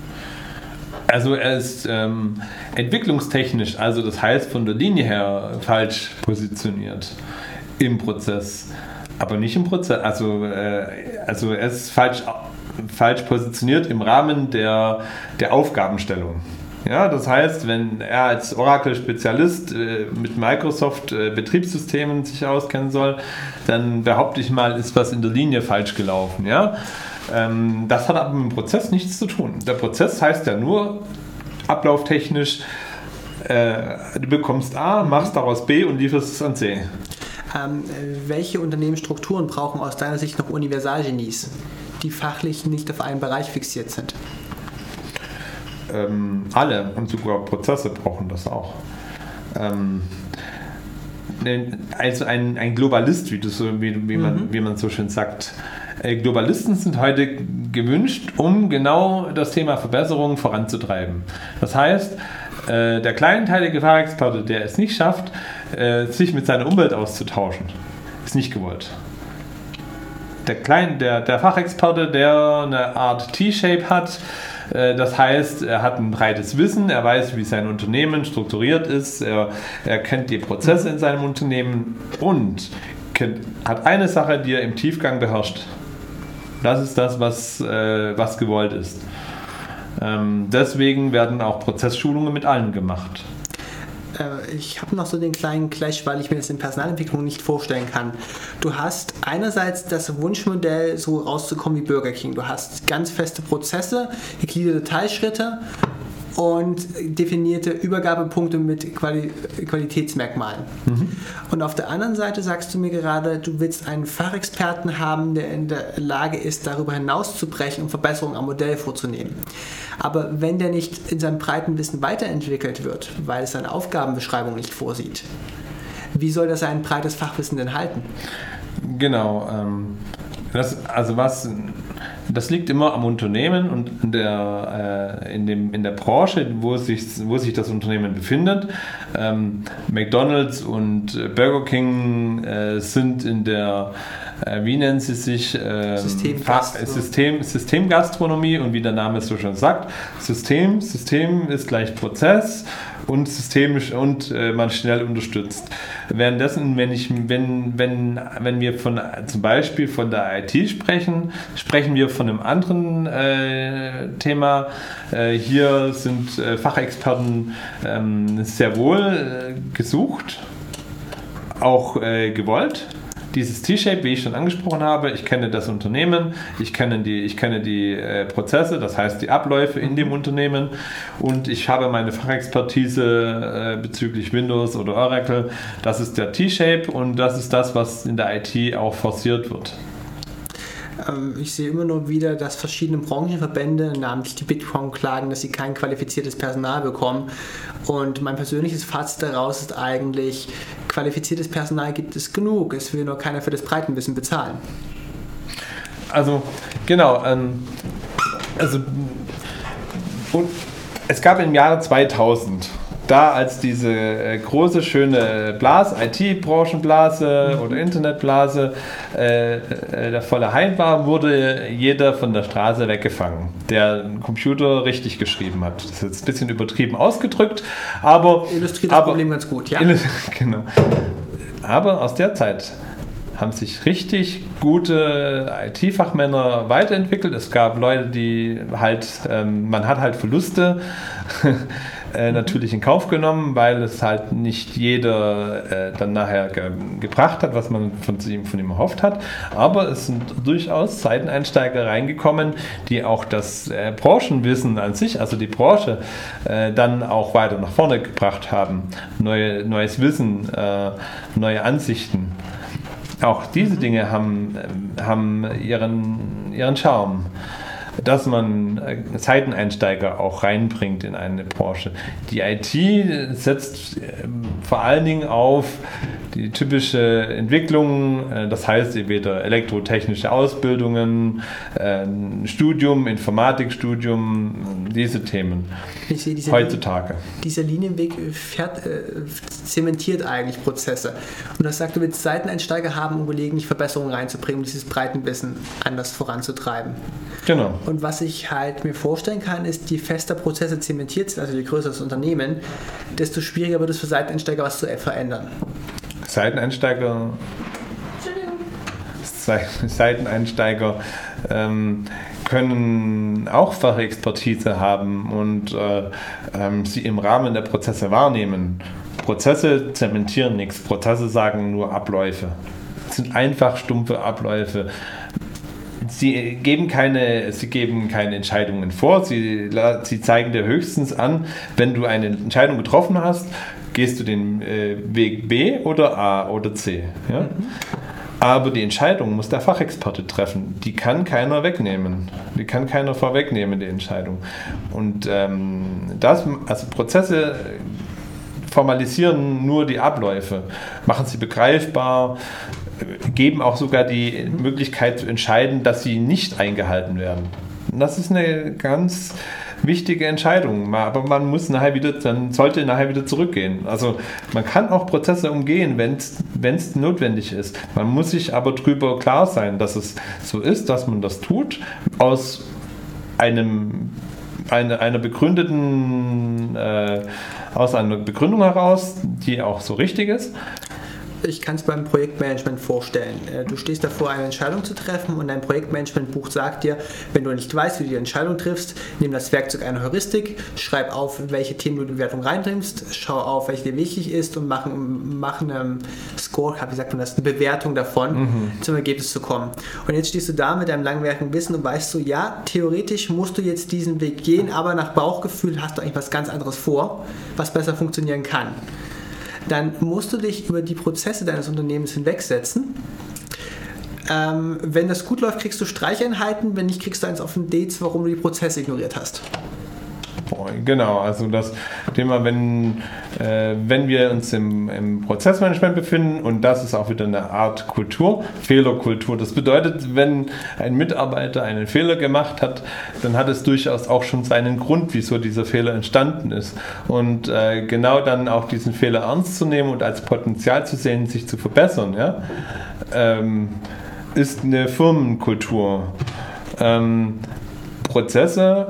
D: Also er ist ähm, entwicklungstechnisch, also das heißt von der Linie her falsch positioniert im Prozess, aber nicht im Prozess. Also, äh, also er ist falsch, falsch positioniert im Rahmen der, der Aufgabenstellung. Ja, das heißt, wenn er als Oracle-Spezialist äh, mit Microsoft-Betriebssystemen äh, sich auskennen soll, dann behaupte ich mal, ist was in der Linie falsch gelaufen. Ja? Ähm, das hat aber mit dem Prozess nichts zu tun. Der Prozess heißt ja nur, ablauftechnisch, äh, du bekommst A, machst daraus B und lieferst es an C.
C: Ähm, welche Unternehmensstrukturen brauchen aus deiner Sicht noch Universalgenies, die fachlich nicht auf einen Bereich fixiert sind?
D: Ähm, alle und sogar Prozesse brauchen das auch. Ähm, also ein, ein Globalist, wie, du so, wie, wie, man, mhm. wie man so schön sagt. Äh, Globalisten sind heute gewünscht, um genau das Thema Verbesserung voranzutreiben. Das heißt, äh, der kleinteilige Fachexperte, der es nicht schafft, äh, sich mit seiner Umwelt auszutauschen, ist nicht gewollt. Der, Klein, der, der Fachexperte, der eine Art T-Shape hat, das heißt, er hat ein breites Wissen, er weiß, wie sein Unternehmen strukturiert ist, er, er kennt die Prozesse in seinem Unternehmen und kennt, hat eine Sache, die er im Tiefgang beherrscht. Das ist das, was, äh, was gewollt ist. Ähm, deswegen werden auch Prozessschulungen mit allen gemacht.
C: Ich habe noch so den kleinen Clash, weil ich mir das in Personalentwicklung nicht vorstellen kann. Du hast einerseits das Wunschmodell, so rauszukommen wie Burger King. Du hast ganz feste Prozesse, gegliederte Teilschritte und definierte Übergabepunkte mit Quali- Qualitätsmerkmalen. Mhm. Und auf der anderen Seite sagst du mir gerade, du willst einen Fachexperten haben, der in der Lage ist, darüber hinauszubrechen und Verbesserungen am Modell vorzunehmen. Aber wenn der nicht in seinem breiten Wissen weiterentwickelt wird, weil es seine Aufgabenbeschreibung nicht vorsieht, wie soll das ein breites Fachwissen denn halten?
D: Genau. Ähm, das, also was, das liegt immer am Unternehmen und in der, äh, in dem, in der Branche, wo sich, wo sich das Unternehmen befindet. Ähm, McDonald's und Burger King äh, sind in der, äh, wie nennen sie sich? Ähm,
C: Systemgastronomie.
D: System, Systemgastronomie, und wie der Name es so schon sagt, System, System ist gleich Prozess und systemisch und äh, man schnell unterstützt. Währenddessen, wenn, ich, wenn, wenn, wenn wir von, zum Beispiel von der I T sprechen, sprechen wir von einem anderen äh, Thema. Äh, hier sind äh, Fachexperten ähm, sehr wohl äh, gesucht, auch äh, gewollt. Dieses T-Shape, wie ich schon angesprochen habe, ich kenne das Unternehmen, ich kenne die, ich kenne die äh, Prozesse, das heißt die Abläufe in dem Unternehmen, und ich habe meine Fachexpertise äh, bezüglich Windows oder Oracle. Das ist der T-Shape und das ist das, was in der I T auch forciert wird.
C: Ich sehe immer nur wieder, dass verschiedene Branchenverbände, namentlich die Bitkom, klagen, dass sie kein qualifiziertes Personal bekommen. Und mein persönliches Fazit daraus ist eigentlich, qualifiziertes Personal gibt es genug, es will nur keiner für das Breitenwissen bezahlen.
D: Also, genau. Ähm, also, und es gab im Jahre zweitausend, da als diese äh, große, schöne Blase, I T-Branchenblase mhm. oder Internetblase äh, äh, der volle Hype war, wurde jeder von der Straße weggefangen, der einen Computer richtig geschrieben hat. Das ist jetzt ein bisschen übertrieben ausgedrückt, aber...
C: Illustriert das
D: aber,
C: Problem ganz gut, ja.
D: Genau. Aber aus der Zeit haben sich richtig gute I T-Fachmänner weiterentwickelt. Es gab Leute, die halt, ähm, man hat halt Verluste äh, natürlich in Kauf genommen, weil es halt nicht jeder äh, dann nachher ge- gebracht hat, was man von ihm, von ihm erhofft hat. Aber es sind durchaus Seiteneinsteiger reingekommen, die auch das äh, Branchenwissen an sich, also die Branche, äh, dann auch weiter nach vorne gebracht haben. Neue, neues Wissen, äh, neue Ansichten. Auch diese Dinge haben, haben ihren, ihren Charme, dass man Seiteneinsteiger auch reinbringt in eine Branche. Die I T setzt vor allen Dingen auf die typische Entwicklung, das heißt entweder elektrotechnische Ausbildungen, Studium, Informatikstudium, diese Themen
C: ich sehe diese
D: heutzutage.
C: Linie, dieser Linienweg fährt, äh, zementiert eigentlich Prozesse. Und das sagt, du willst Seiteneinsteiger haben, um gelegentlich Verbesserungen reinzubringen, um dieses Breitenwissen anders voranzutreiben.
D: Genau.
C: Und was ich halt mir vorstellen kann, ist, je fester Prozesse zementiert sind, also je größer das Unternehmen, desto schwieriger wird es für Seiteneinsteiger, was zu verändern.
D: Seiteneinsteiger, Seiteneinsteiger ähm, können auch Fachexpertise haben und äh, ähm, sie im Rahmen der Prozesse wahrnehmen. Prozesse zementieren nichts, Prozesse sagen nur Abläufe. Es sind einfach stumpfe Abläufe. Sie geben keine, sie geben keine Entscheidungen vor, sie, sie zeigen dir höchstens an, wenn du eine Entscheidung getroffen hast, gehst du den äh, Weg B oder A oder C. Ja? Mhm. Aber die Entscheidung muss der Fachexperte treffen. Die kann keiner wegnehmen. Die kann keiner vorwegnehmen, die Entscheidung. Und ähm, das, also Prozesse formalisieren nur die Abläufe, machen sie begreifbar, geben auch sogar die Möglichkeit zu entscheiden, dass sie nicht eingehalten werden. Und das ist eine ganz wichtige Entscheidung, aber man muss nachher wieder, dann sollte nachher wieder zurückgehen. Also man kann auch Prozesse umgehen, wenn es notwendig ist. Man muss sich aber darüber klar sein, dass es so ist, dass man das tut, aus einem, eine, einer begründeten, äh, aus einer Begründung heraus, die auch so richtig ist.
C: Ich kann es beim Projektmanagement vorstellen. Du stehst davor, eine Entscheidung zu treffen und dein Projektmanagementbuch sagt dir, wenn du nicht weißt, wie du die Entscheidung triffst, nimm das Werkzeug einer Heuristik, schreib auf, welche Themen du in die Bewertung reinbringst, schau auf, welche dir wichtig ist und mach, mach eine Score, wie sagt man das, eine Bewertung davon, mhm. zum Ergebnis zu kommen. Und jetzt stehst du da mit deinem langwierigen Wissen und weißt so, ja, theoretisch musst du jetzt diesen Weg gehen, aber nach Bauchgefühl hast du eigentlich was ganz anderes vor, was besser funktionieren kann. Dann musst du dich über die Prozesse deines Unternehmens hinwegsetzen. Ähm, wenn das gut läuft, kriegst du Streicheinheiten, wenn nicht, kriegst du eins auf den Dates, warum du die Prozesse ignoriert hast.
D: Genau, also das Thema, wenn, äh, wenn wir uns im, im Prozessmanagement befinden, und das ist auch wieder eine Art Kultur, Fehlerkultur. Das bedeutet, wenn ein Mitarbeiter einen Fehler gemacht hat, dann hat es durchaus auch schon seinen Grund, wieso dieser Fehler entstanden ist. Und äh, genau dann auch diesen Fehler ernst zu nehmen und als Potenzial zu sehen, sich zu verbessern, ja, ähm, ist eine Firmenkultur. Ähm, Prozesse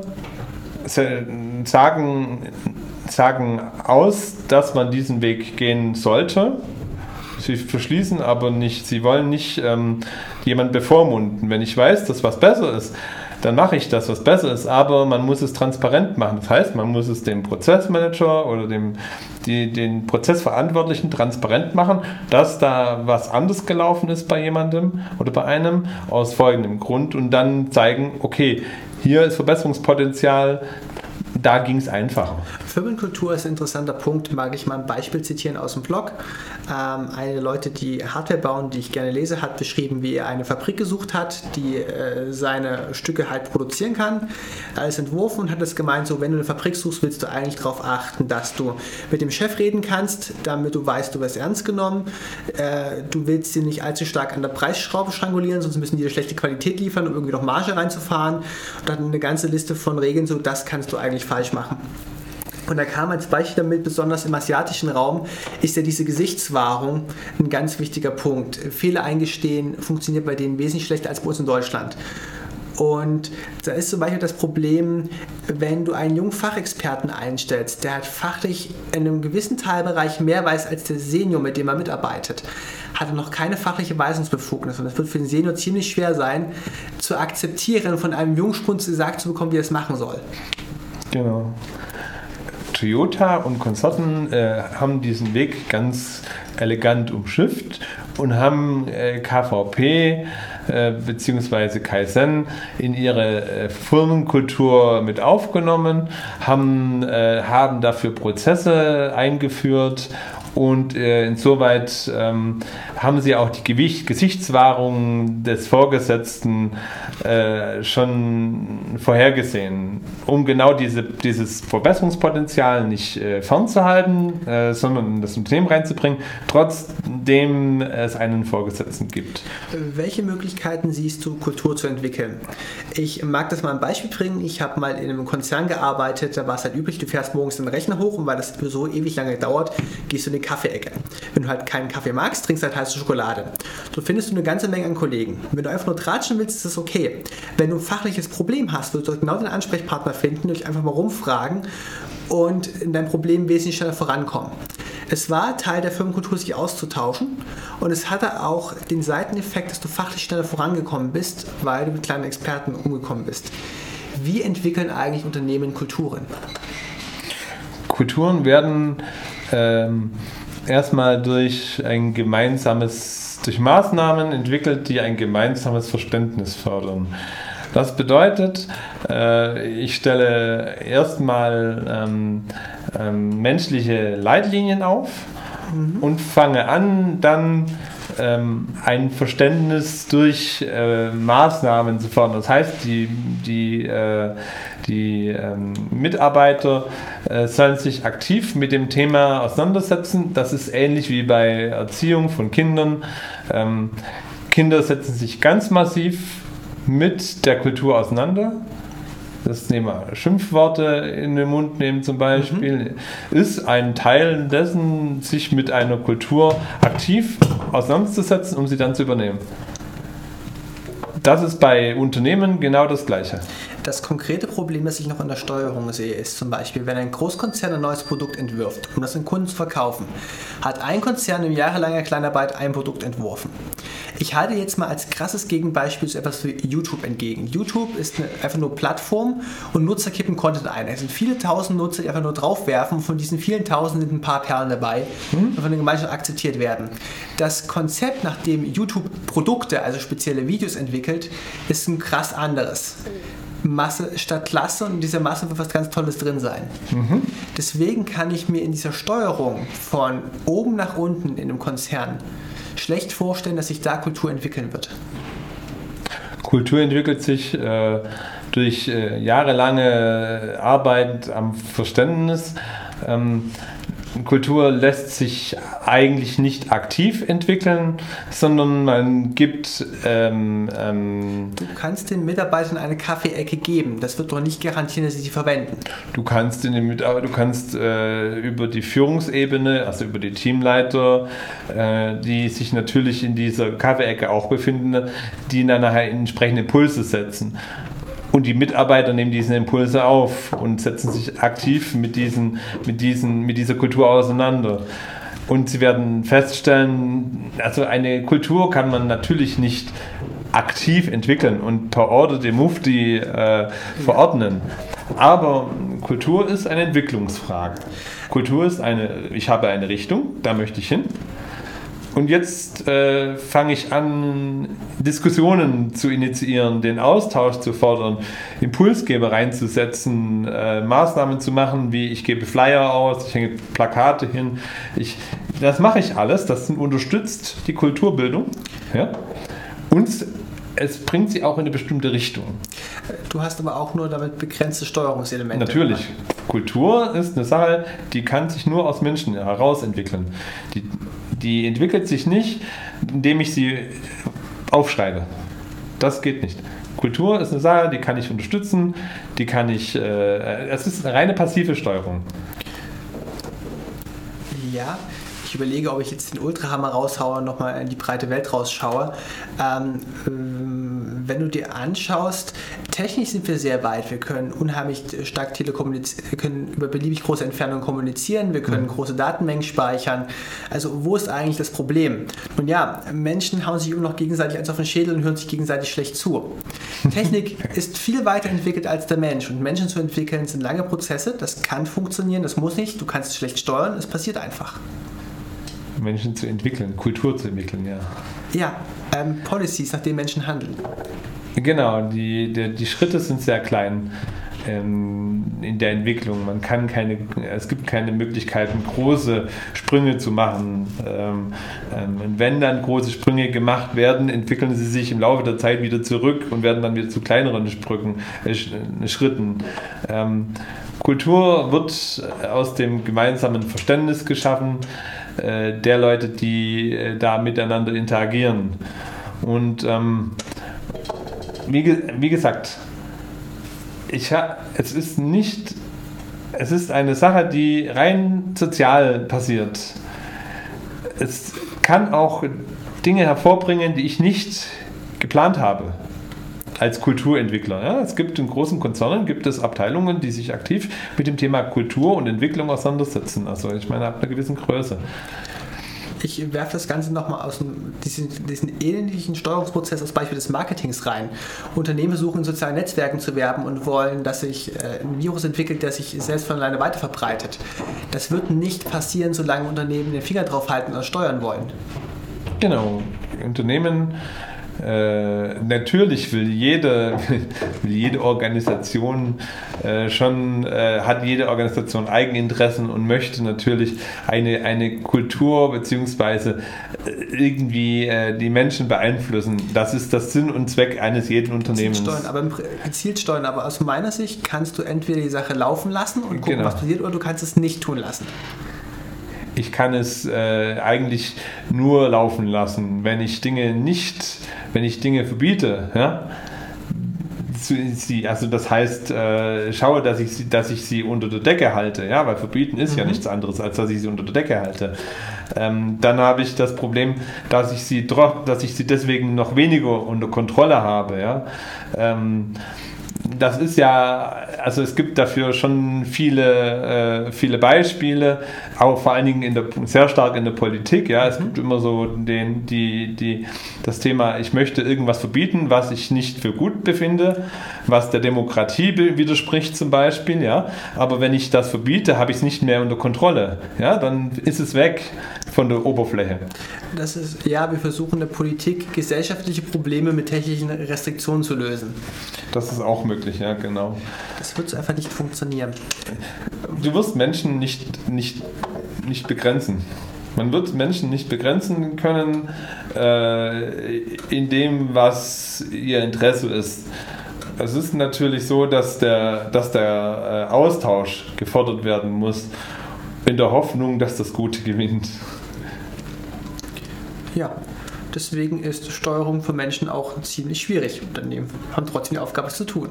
D: sagen, sagen aus, dass man diesen Weg gehen sollte. Sie verschließen aber nicht, sie wollen nicht ähm, jemanden bevormunden. Wenn ich weiß, dass was besser ist, dann mache ich das, was besser ist, aber man muss es transparent machen. Das heißt, man muss es dem Prozessmanager oder dem, die, den Prozessverantwortlichen transparent machen, dass da was anders gelaufen ist bei jemandem oder bei einem aus folgendem Grund und dann zeigen, okay, hier ist Verbesserungspotenzial, da ging es einfacher.
C: Firmenkultur ist ein interessanter Punkt. Mag ich mal ein Beispiel zitieren aus dem Blog. Ähm, eine der Leute, die Hardware bauen, die ich gerne lese, hat beschrieben, wie er eine Fabrik gesucht hat, die äh, seine Stücke halt produzieren kann. Alles entworfen und hat es gemeint, so wenn du eine Fabrik suchst, willst du eigentlich darauf achten, dass du mit dem Chef reden kannst, damit du weißt, du wirst ernst genommen. Äh, du willst sie nicht allzu stark an der Preisschraube strangulieren, sonst müssen die dir schlechte Qualität liefern, um irgendwie noch Marge reinzufahren. Und dann eine ganze Liste von Regeln, so das kannst du eigentlich falsch machen. Und da kam als Beispiel damit, besonders im asiatischen Raum, ist ja diese Gesichtswahrung ein ganz wichtiger Punkt. Fehler eingestehen funktioniert bei denen wesentlich schlechter als bei uns in Deutschland. Und da ist zum Beispiel das Problem, wenn du einen jungen Fachexperten einstellst, der halt fachlich in einem gewissen Teilbereich mehr weiß als der Senior, mit dem er mitarbeitet, hat er noch keine fachliche Weisungsbefugnis. Und es wird für den Senior ziemlich schwer sein, zu akzeptieren, von einem Jungspund gesagt zu bekommen, wie er es machen soll. Genau.
D: Toyota und Konsorten äh, haben diesen Weg ganz elegant umschifft und haben äh, K V P äh, bzw. Kaizen in ihre äh, Firmenkultur mit aufgenommen, haben, äh, haben dafür Prozesse eingeführt. Und äh, insoweit ähm, haben sie auch die Gewicht, Gesichtswahrung des Vorgesetzten äh, schon vorhergesehen, um genau diese, dieses Verbesserungspotenzial nicht äh, fernzuhalten, äh, sondern in das Unternehmen reinzubringen, trotzdem es einen Vorgesetzten gibt.
C: Welche Möglichkeiten siehst du, Kultur zu entwickeln? Ich mag das mal ein Beispiel bringen. Ich habe mal in einem Konzern gearbeitet, da war es halt üblich, du fährst morgens den Rechner hoch und weil das so ewig lange dauert, gehst du in die Kaffeeecke. Wenn du halt keinen Kaffee magst, trinkst halt heiße Schokolade. So findest du eine ganze Menge an Kollegen. Wenn du einfach nur tratschen willst, ist das okay. Wenn du ein fachliches Problem hast, wirst du genau den Ansprechpartner finden, dich einfach mal rumfragen und in deinem Problem wesentlich schneller vorankommen. Es war Teil der Firmenkultur, sich auszutauschen und es hatte auch den Seiteneffekt, dass du fachlich schneller vorangekommen bist, weil du mit kleinen Experten umgekommen bist. Wie entwickeln eigentlich Unternehmen Kulturen?
D: Kulturen werden ähm, erstmal durch ein gemeinsames, durch Maßnahmen entwickelt, die ein gemeinsames Verständnis fördern. Das bedeutet, äh, ich stelle erstmal ähm, ähm, menschliche Leitlinien auf mhm. und fange an, dann ähm, ein Verständnis durch äh, Maßnahmen zu fördern. Das heißt, die, die, äh, die ähm, Mitarbeiter äh, sollen sich aktiv mit dem Thema auseinandersetzen. Das ist ähnlich wie bei Erziehung von Kindern. Ähm, Kinder setzen sich ganz massiv mit der Kultur auseinander. Das Thema Schimpfworte in den Mund nehmen zum Beispiel, mhm. ist ein Teil dessen, sich mit einer Kultur aktiv auseinanderzusetzen, um sie dann zu übernehmen. das ist bei Unternehmen genau das Gleiche.
C: Das konkrete Problem, das ich noch in der Steuerung sehe, ist zum Beispiel, wenn ein Großkonzern ein neues Produkt entwirft, um das an Kunden zu verkaufen, hat ein Konzern in jahrelanger Kleinarbeit ein Produkt entworfen. Ich halte jetzt mal als krasses Gegenbeispiel so etwas wie YouTube entgegen. YouTube ist eine, einfach nur Plattform und Nutzer kippen Content ein. Es sind viele tausend Nutzer, die einfach nur draufwerfen. Von diesen vielen tausend sind ein paar Perlen dabei, die von der Gemeinschaft akzeptiert werden. Das Konzept, nach dem YouTube Produkte, also spezielle Videos entwickelt, ist ein krass anderes. Masse statt Klasse, und in dieser Masse wird was ganz Tolles drin sein. Mhm. Deswegen kann ich mir in dieser Steuerung von oben nach unten in einem Konzern schlecht vorstellen, dass sich da Kultur entwickeln wird.
D: Kultur entwickelt sich äh, durch äh, jahrelange Arbeit am Verständnis. Ähm, Kultur lässt sich eigentlich nicht aktiv entwickeln, sondern man gibt... Ähm, ähm,
C: du kannst den Mitarbeitern eine Kaffeeecke geben. Das wird doch nicht garantieren, dass sie sie verwenden.
D: Du kannst, in den, du kannst äh, über die Führungsebene, also über die Teamleiter, äh, die sich natürlich in dieser Kaffeeecke auch befinden, die dann nachher entsprechende Impulse setzen. Und die Mitarbeiter nehmen diese Impulse auf und setzen sich aktiv mit, diesen, mit, diesen, mit dieser Kultur auseinander. Und sie werden feststellen, also eine Kultur kann man natürlich nicht aktiv entwickeln und per Order dem Mufti äh, verordnen. Aber Kultur ist eine Entwicklungsfrage. Kultur ist eine, ich habe eine Richtung, da möchte ich hin. Und jetzt äh, fange ich an, Diskussionen zu initiieren, den Austausch zu fordern, Impulsgeber reinzusetzen, äh, Maßnahmen zu machen, wie ich gebe Flyer aus, ich hänge Plakate hin. Ich, das mache ich alles, das unterstützt die Kulturbildung. Ja? Und es bringt sie auch in eine bestimmte Richtung.
C: Du hast aber auch nur damit begrenzte Steuerungselemente.
D: Natürlich. Kultur ist eine Sache, die kann sich nur aus Menschen heraus entwickeln. Die, die entwickelt sich nicht, indem ich sie aufschreibe. Das geht nicht. Kultur ist eine Sache, die kann ich unterstützen, die kann ich, äh, es ist eine reine passive Steuerung.
C: Ja, ich überlege, ob ich jetzt den Ultrahammer raushaue und nochmal in die breite Welt rausschaue. Ähm, wenn du dir anschaust, technisch sind wir sehr weit. Wir können unheimlich stark telekommunizieren, wir können über beliebig große Entfernungen kommunizieren, wir können mhm. große Datenmengen speichern. Also wo ist eigentlich das Problem? Und ja, Menschen hauen sich immer noch gegenseitig eins auf den Schädel und hören sich gegenseitig schlecht zu. Technik ist viel weiter entwickelt als der Mensch. Und Menschen zu entwickeln sind lange Prozesse. Das kann funktionieren, das muss nicht. Du kannst es schlecht steuern, es passiert einfach.
D: Menschen zu entwickeln, Kultur zu entwickeln, ja.
C: Ja, ähm, Policies, nach denen Menschen handeln.
D: Genau, die, die, die Schritte sind sehr klein ähm, in der Entwicklung. Man kann keine, es gibt keine Möglichkeiten, große Sprünge zu machen. Ähm, ähm, und wenn dann große Sprünge gemacht werden, entwickeln sie sich im Laufe der Zeit wieder zurück und werden dann wieder zu kleineren Sprüngen, äh, Schritten. Ähm, Kultur wird aus dem gemeinsamen Verständnis geschaffen, der Leute, die äh, da miteinander interagieren. Und ähm, wie, ge- wie gesagt, ich ha- es ist nicht, es ist eine Sache, die rein sozial passiert. Es kann auch Dinge hervorbringen, die ich nicht geplant habe. Als Kulturentwickler. Ja, es gibt in großen Konzernen gibt es Abteilungen, die sich aktiv mit dem Thema Kultur und Entwicklung auseinandersetzen. Also ich meine, ab einer gewissen Größe.
C: Ich werfe das Ganze nochmal aus dem, diesen, diesen ähnlichen Steuerungsprozess als Beispiel des Marketings rein. Unternehmen versuchen in sozialen Netzwerken zu werben und wollen, dass sich äh, ein Virus entwickelt, der sich selbst von alleine weiter verbreitet. Das wird nicht passieren, solange Unternehmen den Finger drauf halten und das steuern wollen.
D: Genau. Unternehmen Äh, natürlich will jede, will jede Organisation äh, schon, äh, hat jede Organisation Eigeninteressen und möchte natürlich eine, eine Kultur bzw. irgendwie äh, die Menschen beeinflussen. Das ist das Sinn und Zweck eines jeden Unternehmens.
C: Gezielt steuern, aber, gezielt steuern, aber aus meiner Sicht kannst du entweder die Sache laufen lassen und gucken, genau. was passiert, oder du kannst es nicht tun lassen.
D: Ich kann es äh, eigentlich nur laufen lassen, wenn ich Dinge nicht, wenn ich Dinge verbiete, ja, sie, also das heißt, äh, schaue, dass ich, sie, dass ich sie unter der Decke halte, ja, weil verbieten ist mhm. ja nichts anderes, als dass ich sie unter der Decke halte. Ähm, dann habe ich das Problem, dass ich sie, dass ich sie deswegen noch weniger unter Kontrolle habe, ja. Ähm, Das ist ja, also es gibt dafür schon viele, äh, viele Beispiele, auch vor allen Dingen in der, sehr stark in der Politik. Ja, es mhm. gibt immer so den, die, die, das Thema, ich möchte irgendwas verbieten, was ich nicht für gut befinde, was der Demokratie widerspricht zum Beispiel. Ja, aber wenn ich das verbiete, habe ich es nicht mehr unter Kontrolle. Ja, dann ist es weg von der Oberfläche.
C: Das ist, ja, wir versuchen in der Politik gesellschaftliche Probleme mit technischen Restriktionen zu lösen.
D: Das ist auch möglich, ja, genau.
C: Das wird so einfach nicht funktionieren.
D: Du wirst Menschen nicht, nicht, nicht begrenzen. Man wird Menschen nicht begrenzen können äh, in dem, was ihr Interesse ist. Es ist natürlich so, dass der, dass der äh, Austausch gefordert werden muss, in der Hoffnung, dass das Gute gewinnt.
C: Ja, deswegen ist Steuerung für Menschen auch ziemlich schwierig. Unternehmen haben trotzdem die Aufgabe, es zu tun.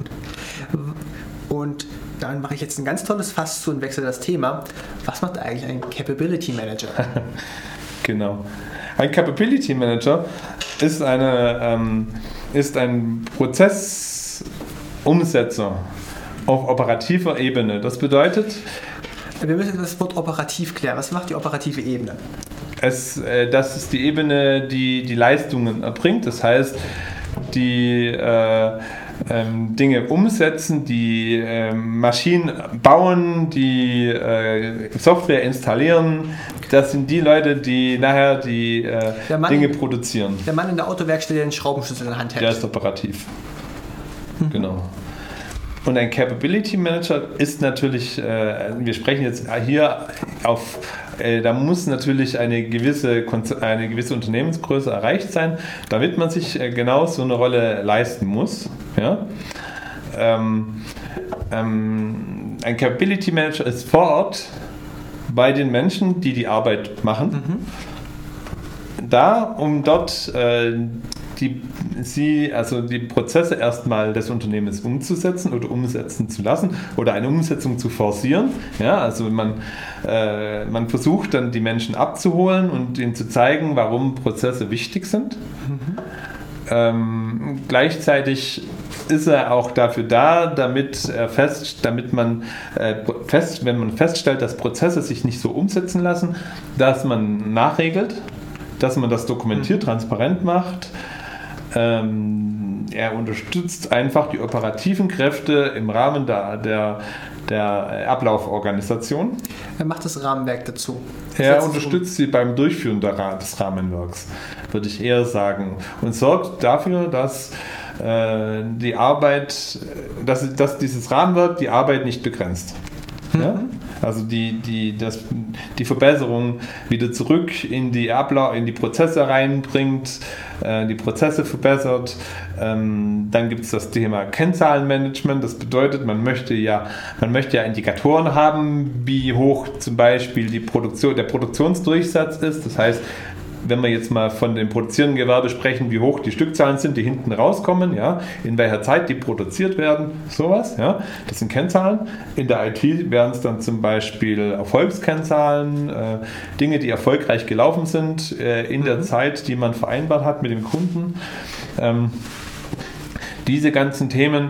C: Und dann mache ich jetzt ein ganz tolles Fass zu und wechsle das Thema. Was macht eigentlich ein Capability Manager?
D: Genau. Ein Capability Manager ist, eine, ähm, ist ein Prozessumsetzer auf operativer Ebene. Das bedeutet...
C: Wir müssen das Wort operativ klären. Was macht die operative Ebene?
D: Es, äh, das ist die Ebene, die die Leistungen erbringt. Das heißt, die äh, ähm, Dinge umsetzen, die äh, Maschinen bauen, die äh, Software installieren. Das sind die Leute, die nachher die äh, Dinge
C: in,
D: produzieren.
C: Der Mann in der Autowerkstatt, der den Schraubenschlüssel in der Hand hält.
D: Der ist operativ. Mhm. Genau. Und ein Capability Manager ist natürlich, äh, wir sprechen jetzt hier auf, äh, da muss natürlich eine gewisse, eine gewisse Unternehmensgröße erreicht sein, damit man sich äh, genau so eine Rolle leisten muss. Ja? Ähm, ähm, ein Capability Manager ist vor Ort bei den Menschen, die die Arbeit machen, mhm. da, um dort äh, die, sie, also die Prozesse erstmal des Unternehmens umzusetzen oder umsetzen zu lassen oder eine Umsetzung zu forcieren. Ja, also man, äh, man versucht dann die Menschen abzuholen und ihnen zu zeigen, warum Prozesse wichtig sind. Mhm. Ähm, gleichzeitig ist er auch dafür da, damit er fest, damit man äh, fest, wenn man feststellt, dass Prozesse sich nicht so umsetzen lassen, dass man nachregelt, dass man das dokumentiert, mhm. transparent macht. Ähm, er unterstützt einfach die operativen Kräfte im Rahmen der, der, der Ablauforganisation.
C: Er macht das Rahmenwerk dazu.
D: Er unterstützt um. sie beim Durchführen der, des Rahmenwerks, würde ich eher sagen. Und sorgt dafür, dass äh, die Arbeit, dass, dass dieses Rahmenwerk die Arbeit nicht begrenzt. Mhm. Ja? Also die, die, das, die Verbesserung wieder zurück in die Ablauf, in die Prozesse reinbringt, äh, die Prozesse verbessert. Ähm, dann gibt es das Thema Kennzahlenmanagement. Das bedeutet, man möchte ja, man möchte ja Indikatoren haben, wie hoch zum Beispiel die Produktion, der Produktionsdurchsatz ist. Das heißt, wenn wir jetzt mal von dem produzierenden Gewerbe sprechen, wie hoch die Stückzahlen sind, die hinten rauskommen, ja, in welcher Zeit die produziert werden, sowas, ja, das sind Kennzahlen. In der I T wären es dann zum Beispiel Erfolgskennzahlen, äh, Dinge, die erfolgreich gelaufen sind äh, in mhm. der Zeit, die man vereinbart hat mit dem Kunden. Ähm, diese ganzen Themen,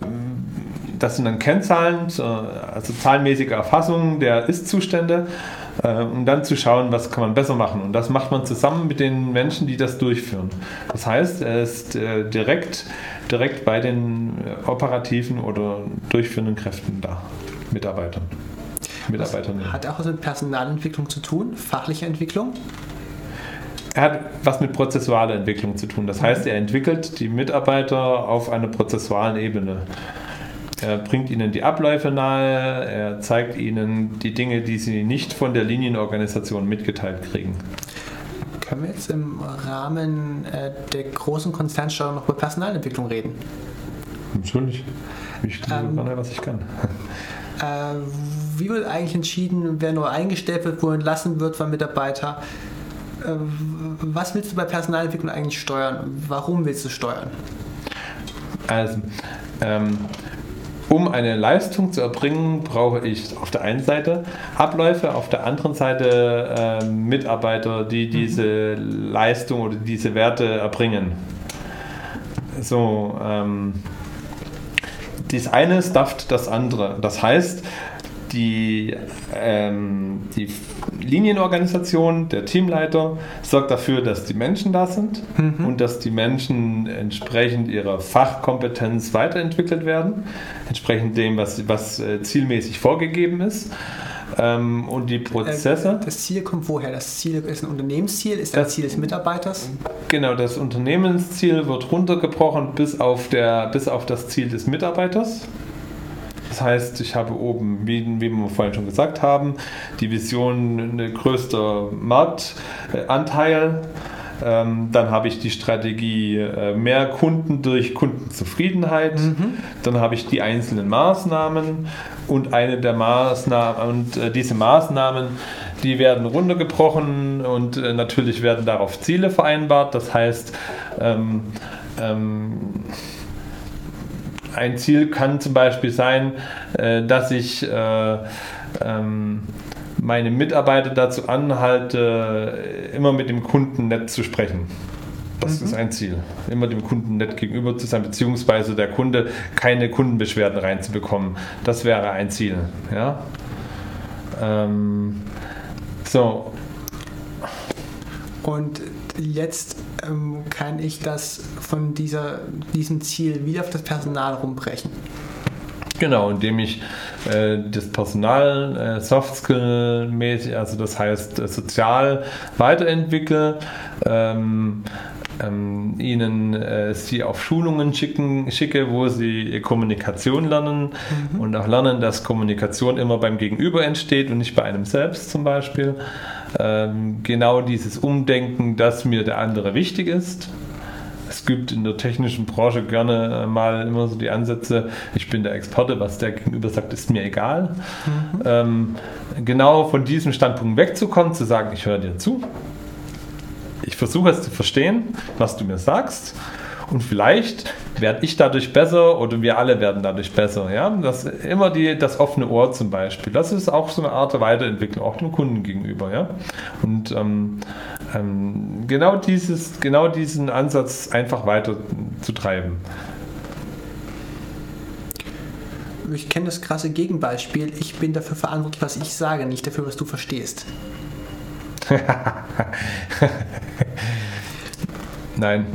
D: das sind dann Kennzahlen, also zahlenmäßige Erfassung der Ist-Zustände, um dann zu schauen, was kann man besser machen. Und das macht man zusammen mit den Menschen, die das durchführen. Das heißt, er ist direkt, direkt bei den operativen oder durchführenden Kräften da, Mitarbeitern. Mitarbeitern.
C: Hat er auch was mit Personalentwicklung zu tun, fachliche Entwicklung?
D: Er hat was mit prozessualer Entwicklung zu tun. Das heißt, er entwickelt die Mitarbeiter auf einer prozessualen Ebene. Er bringt ihnen die Abläufe nahe, er zeigt ihnen die Dinge, die sie nicht von der Linienorganisation mitgeteilt kriegen.
C: Können wir jetzt im Rahmen der großen Konzernsteuerung noch über Personalentwicklung reden?
D: Natürlich. Ich tue ähm, gerne, was ich kann.
C: Äh, wie wird eigentlich entschieden, wer nur eingestellt wird, wo entlassen wird von Mitarbeitern? Äh, was willst du bei Personalentwicklung eigentlich steuern? Warum willst du steuern?
D: Also, Ähm, um eine Leistung zu erbringen, brauche ich auf der einen Seite Abläufe, auf der anderen Seite äh, Mitarbeiter, die diese Leistung oder diese Werte erbringen. So, ähm, das eine stafft das andere. Das heißt, die, ähm, die Linienorganisation, der Teamleiter, sorgt dafür, dass die Menschen da sind mhm. und dass die Menschen entsprechend ihrer Fachkompetenz weiterentwickelt werden, entsprechend dem, was, was äh, zielmäßig vorgegeben ist. Ähm, und die Prozesse.
C: Das Ziel kommt woher? Das Ziel ist ein Unternehmensziel, ist das, das Ziel des Mitarbeiters?
D: Genau, das Unternehmensziel wird runtergebrochen bis auf, der, bis auf das Ziel des Mitarbeiters. Das heißt, ich habe oben, wie, wie wir vorhin schon gesagt haben, die Vision, ein größter Marktanteil. Ähm, dann habe ich die Strategie, äh, mehr Kunden durch Kundenzufriedenheit. Mhm. Dann habe ich die einzelnen Maßnahmen und eine der Maßnahmen und äh, diese Maßnahmen, die werden runtergebrochen und äh, natürlich werden darauf Ziele vereinbart. Das heißt, ähm, ähm, ein Ziel kann zum Beispiel sein, äh, dass ich äh, ähm, meine Mitarbeiter dazu anhalte, immer mit dem Kunden nett zu sprechen. Das mhm. ist ein Ziel. Immer dem Kunden nett gegenüber zu sein, beziehungsweise der Kunde keine Kundenbeschwerden reinzubekommen. Das wäre ein Ziel. Ja? Ähm, so.
C: Und jetzt ähm, kann ich das von dieser, diesem Ziel wieder auf das Personal rumbrechen.
D: Genau, indem ich äh, das Personal äh, Soft-Skill-mäßig, also das heißt äh, sozial weiterentwickle, ähm, ähm, ihnen äh, sie auf Schulungen schicken, schicke, wo sie Kommunikation lernen mhm. und auch lernen, dass Kommunikation immer beim Gegenüber entsteht und nicht bei einem selbst zum Beispiel. Ähm, genau dieses Umdenken, dass mir der andere wichtig ist. Es gibt in der technischen Branche gerne mal immer so die Ansätze, ich bin der Experte, was der Gegenüber sagt, ist mir egal. Mhm. Ähm, genau von diesem Standpunkt wegzukommen, zu sagen, ich höre dir zu, ich versuche es zu verstehen, was du mir sagst und vielleicht werde ich dadurch besser oder wir alle werden dadurch besser. Ja? Das, immer die, das offene Ohr zum Beispiel, das ist auch so eine Art der Weiterentwicklung, auch dem Kunden gegenüber. Ja? Und ähm, ähm, genau, dieses, genau diesen Ansatz einfach weiter zu treiben.
C: Ich kenne das krasse Gegenbeispiel, ich bin dafür verantwortlich, was ich sage, nicht dafür, was du verstehst.
D: Nein.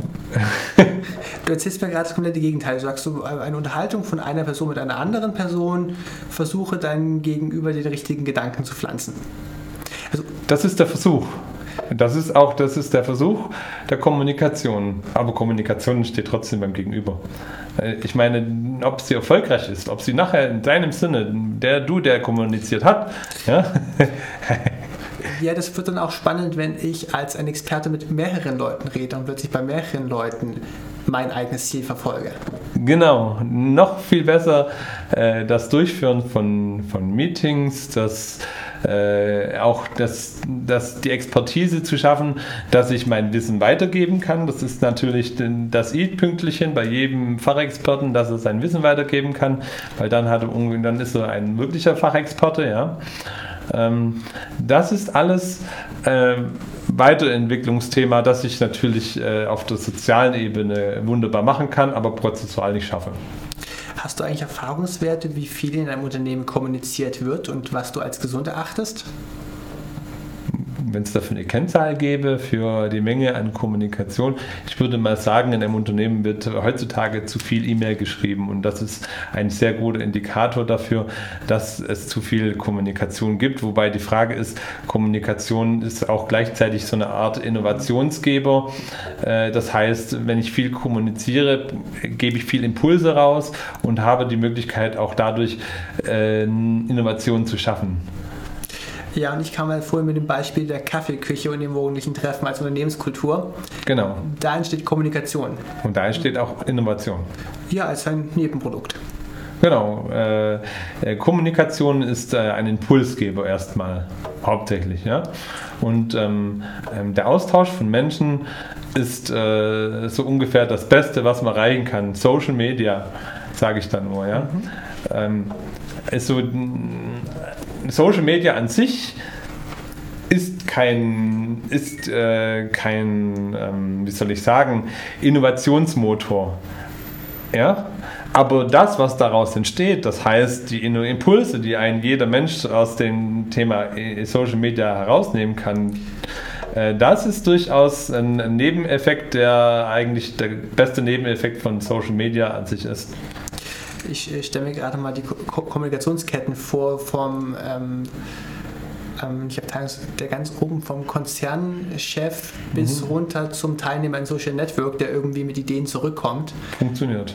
C: Du erzählst mir gerade das komplette Gegenteil. Du sagst, so eine Unterhaltung von einer Person mit einer anderen Person, versuche deinem Gegenüber den richtigen Gedanken zu pflanzen.
D: Also, das ist der Versuch. Das ist auch das ist der Versuch der Kommunikation. Aber Kommunikation steht trotzdem beim Gegenüber. Ich meine, ob sie erfolgreich ist, ob sie nachher in deinem Sinne, der du, der kommuniziert hat, ja.
C: Ja, das wird dann auch spannend, wenn ich als ein Experte mit mehreren Leuten rede und plötzlich bei mehreren Leuten mein eigenes Ziel verfolge.
D: Genau, noch viel besser äh, das Durchführen von, von Meetings, das, äh, auch das, das, die Expertise zu schaffen, dass ich mein Wissen weitergeben kann. Das ist natürlich das i-Pünktchen bei jedem Fachexperten, dass er sein Wissen weitergeben kann, weil dann, hat er, dann ist er ein wirklicher Fachexperte, ja. Das ist alles äh, Weiterentwicklungsthema, das ich natürlich äh, auf der sozialen Ebene wunderbar machen kann, aber prozessual nicht schaffe.
C: Hast du eigentlich Erfahrungswerte, wie viel in einem Unternehmen kommuniziert wird und was du als gesund erachtest?
D: Wenn es dafür eine Kennzahl gäbe für die Menge an Kommunikation, ich würde mal sagen, in einem Unternehmen wird heutzutage zu viel E-Mail geschrieben und das ist ein sehr guter Indikator dafür, dass es zu viel Kommunikation gibt, wobei die Frage ist, Kommunikation ist auch gleichzeitig so eine Art Innovationsgeber. Das heißt, wenn ich viel kommuniziere, gebe ich viel Impulse raus und habe die Möglichkeit auch dadurch Innovationen zu schaffen.
C: Ja, und ich kam mal vorhin mit dem Beispiel der Kaffeeküche und dem morgendlichen Treffen als Unternehmenskultur.
D: Genau.
C: Da entsteht Kommunikation.
D: Und da entsteht auch Innovation.
C: Ja, als ein Nebenprodukt.
D: Genau. Äh, Kommunikation ist äh, ein Impulsgeber erstmal, hauptsächlich. Ja? Und ähm, der Austausch von Menschen ist äh, so ungefähr das Beste, was man erreichen kann. Social Media sage ich dann nur. Ja? Mhm. Ähm, also, Social Media an sich ist kein, ist, äh, kein ähm, wie soll ich sagen, Innovationsmotor. Ja? Aber das, was daraus entsteht, das heißt, die Impulse, die ein jeder Mensch aus dem Thema Social Media herausnehmen kann, äh, das ist durchaus ein, ein Nebeneffekt, der eigentlich der beste Nebeneffekt von Social Media an sich ist.
C: Ich, ich stelle mir gerade mal die Ko- Kommunikationsketten vor vom ähm Ich habe der ganz oben vom Konzernchef bis mhm. runter zum Teilnehmer in Social Network, der irgendwie mit Ideen zurückkommt.
D: Funktioniert.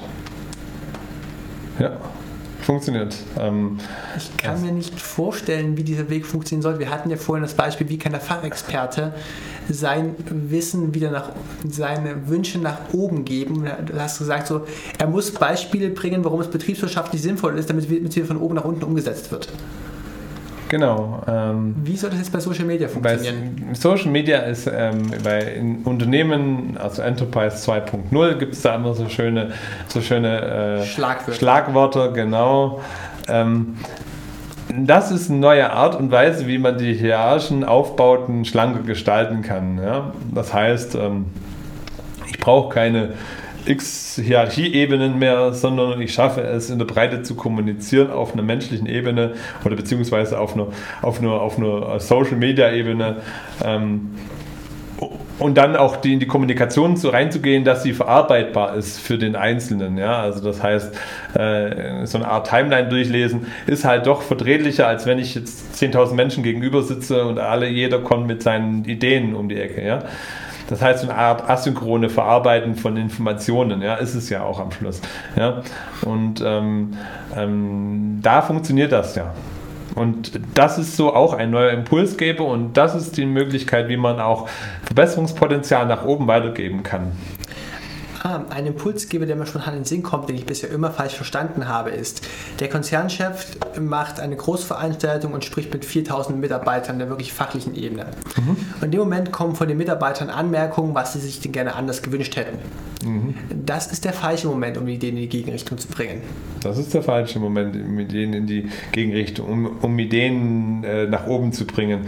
D: Ja, funktioniert. Ähm,
C: ich kann mir nicht vorstellen, wie dieser Weg funktionieren soll. Wir hatten ja vorhin das Beispiel, wie kann der Fachexperte sein Wissen wieder nach, seine Wünsche nach oben geben. Du hast gesagt, so, er muss Beispiele bringen, warum es betriebswirtschaftlich sinnvoll ist, damit es wieder von oben nach unten umgesetzt wird.
D: Genau. Ähm,
C: Wie soll das jetzt bei Social Media funktionieren?
D: Bei Social Media ist ähm, bei in Unternehmen, also Enterprise zwei Punkt null, gibt es da immer so schöne, so schöne äh,
C: Schlagwörter.
D: Schlagwörter, genau. Ähm, das ist eine neue Art und Weise, wie man die hierarchischen Aufbauten schlanker gestalten kann. Ja? Das heißt, ähm, ich brauche keine x Hierarchieebenen mehr, sondern ich schaffe es, in der Breite zu kommunizieren auf einer menschlichen Ebene oder beziehungsweise auf einer, auf einer, auf einer Social-Media-Ebene ähm, und dann auch die, in die Kommunikation so reinzugehen, dass sie verarbeitbar ist für den Einzelnen. Ja? Also das heißt, äh, so eine Art Timeline durchlesen ist halt doch verträglicher, als wenn ich jetzt zehntausend Menschen gegenüber sitze und alle, jeder kommt mit seinen Ideen um die Ecke. Ja? Das heißt, so eine Art asynchrone Verarbeiten von Informationen, ja, ist es ja auch am Schluss. Ja? Und ähm, ähm, da funktioniert das ja. Und das ist so auch ein neuer Impulsgeber und das ist die Möglichkeit, wie man auch Verbesserungspotenzial nach oben weitergeben kann.
C: Ah, ein Impulsgeber, der mir spontan in den Sinn kommt, den ich bisher immer falsch verstanden habe, ist, der Konzernchef macht eine Großveranstaltung und spricht mit viertausend Mitarbeitern der wirklich fachlichen Ebene. Mhm. Und in dem Moment kommen von den Mitarbeitern Anmerkungen, was sie sich denn gerne anders gewünscht hätten. Mhm. Das ist der falsche Moment, um Ideen in die Gegenrichtung zu bringen. Das ist der falsche Moment, um Ideen in die Gegenrichtung, um, um Ideen äh, nach oben zu bringen.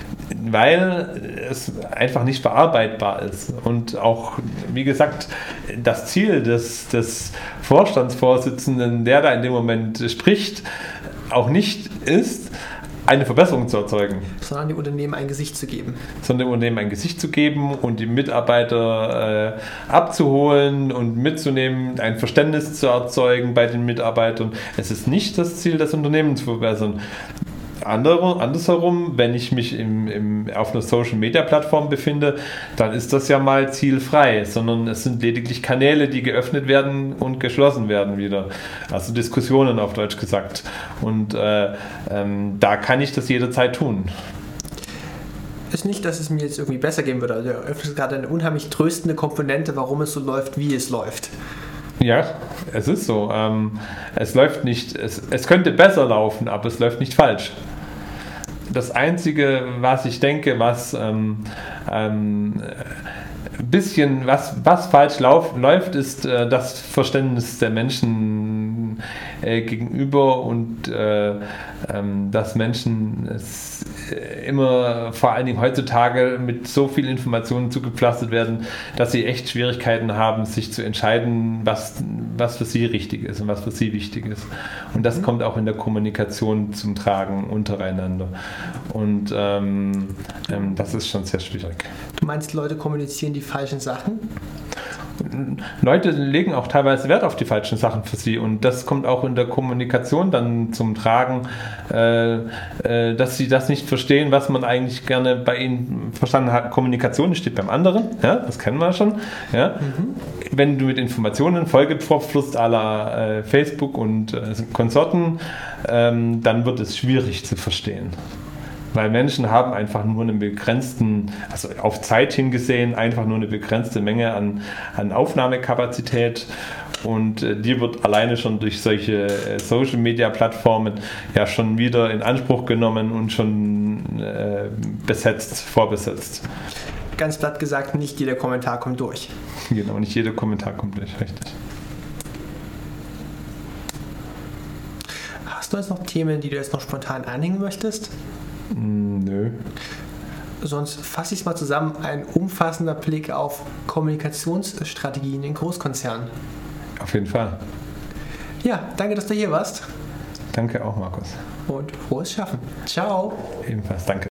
C: Weil es einfach nicht verarbeitbar ist. Und auch, wie gesagt, das Ziel des, des Vorstandsvorsitzenden, der da in dem Moment spricht, auch nicht ist, eine Verbesserung zu erzeugen. Sondern dem Unternehmen ein Gesicht zu geben. Sondern dem Unternehmen ein Gesicht zu geben und die Mitarbeiter äh, abzuholen und mitzunehmen, ein Verständnis zu erzeugen bei den Mitarbeitern. Es ist nicht das Ziel, das Unternehmen zu verbessern. Andere, andersherum, wenn ich mich im, im, auf einer Social-Media-Plattform befinde, dann ist das ja mal zielfrei, sondern es sind lediglich Kanäle, die geöffnet werden und geschlossen werden wieder. Also Diskussionen auf Deutsch gesagt. Und äh, ähm, da kann ich das jederzeit tun. Ist nicht, dass es mir jetzt irgendwie besser gehen würde. Also er öffnet gerade eine unheimlich tröstende Komponente, warum es so läuft, wie es läuft. Ja, es ist so. Ähm, es läuft nicht, es, es könnte besser laufen, aber es läuft nicht falsch. Das Einzige, was ich denke, was ähm, ähm, ein bisschen, was, was falsch lauf, läuft, ist äh, das Verständnis der Menschen äh, gegenüber und äh, ähm, dass Menschen es immer, vor allen Dingen heutzutage, mit so viel Informationen zugepflastert werden, dass sie echt Schwierigkeiten haben, sich zu entscheiden, was, was für sie richtig ist und was für sie wichtig ist. Und das mhm. kommt auch in der Kommunikation zum Tragen untereinander. Und ähm, ähm, das ist schon sehr schwierig. Du meinst, Leute kommunizieren die falschen Sachen? Leute legen auch teilweise Wert auf die falschen Sachen für sie und das kommt auch in der Kommunikation dann zum Tragen, äh, äh, dass sie das nicht verstehen, was man eigentlich gerne bei ihnen verstanden hat. Kommunikation steht beim anderen, ja, das kennen wir schon. Ja. Mhm. Wenn du mit Informationen vollgepfropft wirst à la äh, Facebook und äh, Konsorten, ähm, dann wird es schwierig zu verstehen. Weil Menschen haben einfach nur einen begrenzten, also auf Zeit hingesehen, einfach nur eine begrenzte Menge an, an Aufnahmekapazität und äh, die wird alleine schon durch solche äh, Social-Media-Plattformen ja schon wieder in Anspruch genommen und schon äh, besetzt, vorbesetzt. Ganz platt gesagt, nicht jeder Kommentar kommt durch. Genau, nicht jeder Kommentar kommt durch, richtig. Sonst noch Themen, die du jetzt noch spontan anhängen möchtest?
D: Nö.
C: Sonst fasse ich es mal zusammen, ein umfassender Blick auf Kommunikationsstrategien in Großkonzernen.
D: Auf jeden Fall.
C: Ja, danke, dass du hier warst
D: Danke auch, Markus.
C: und frohes Schaffen. Ciao.
D: Ebenfalls, danke.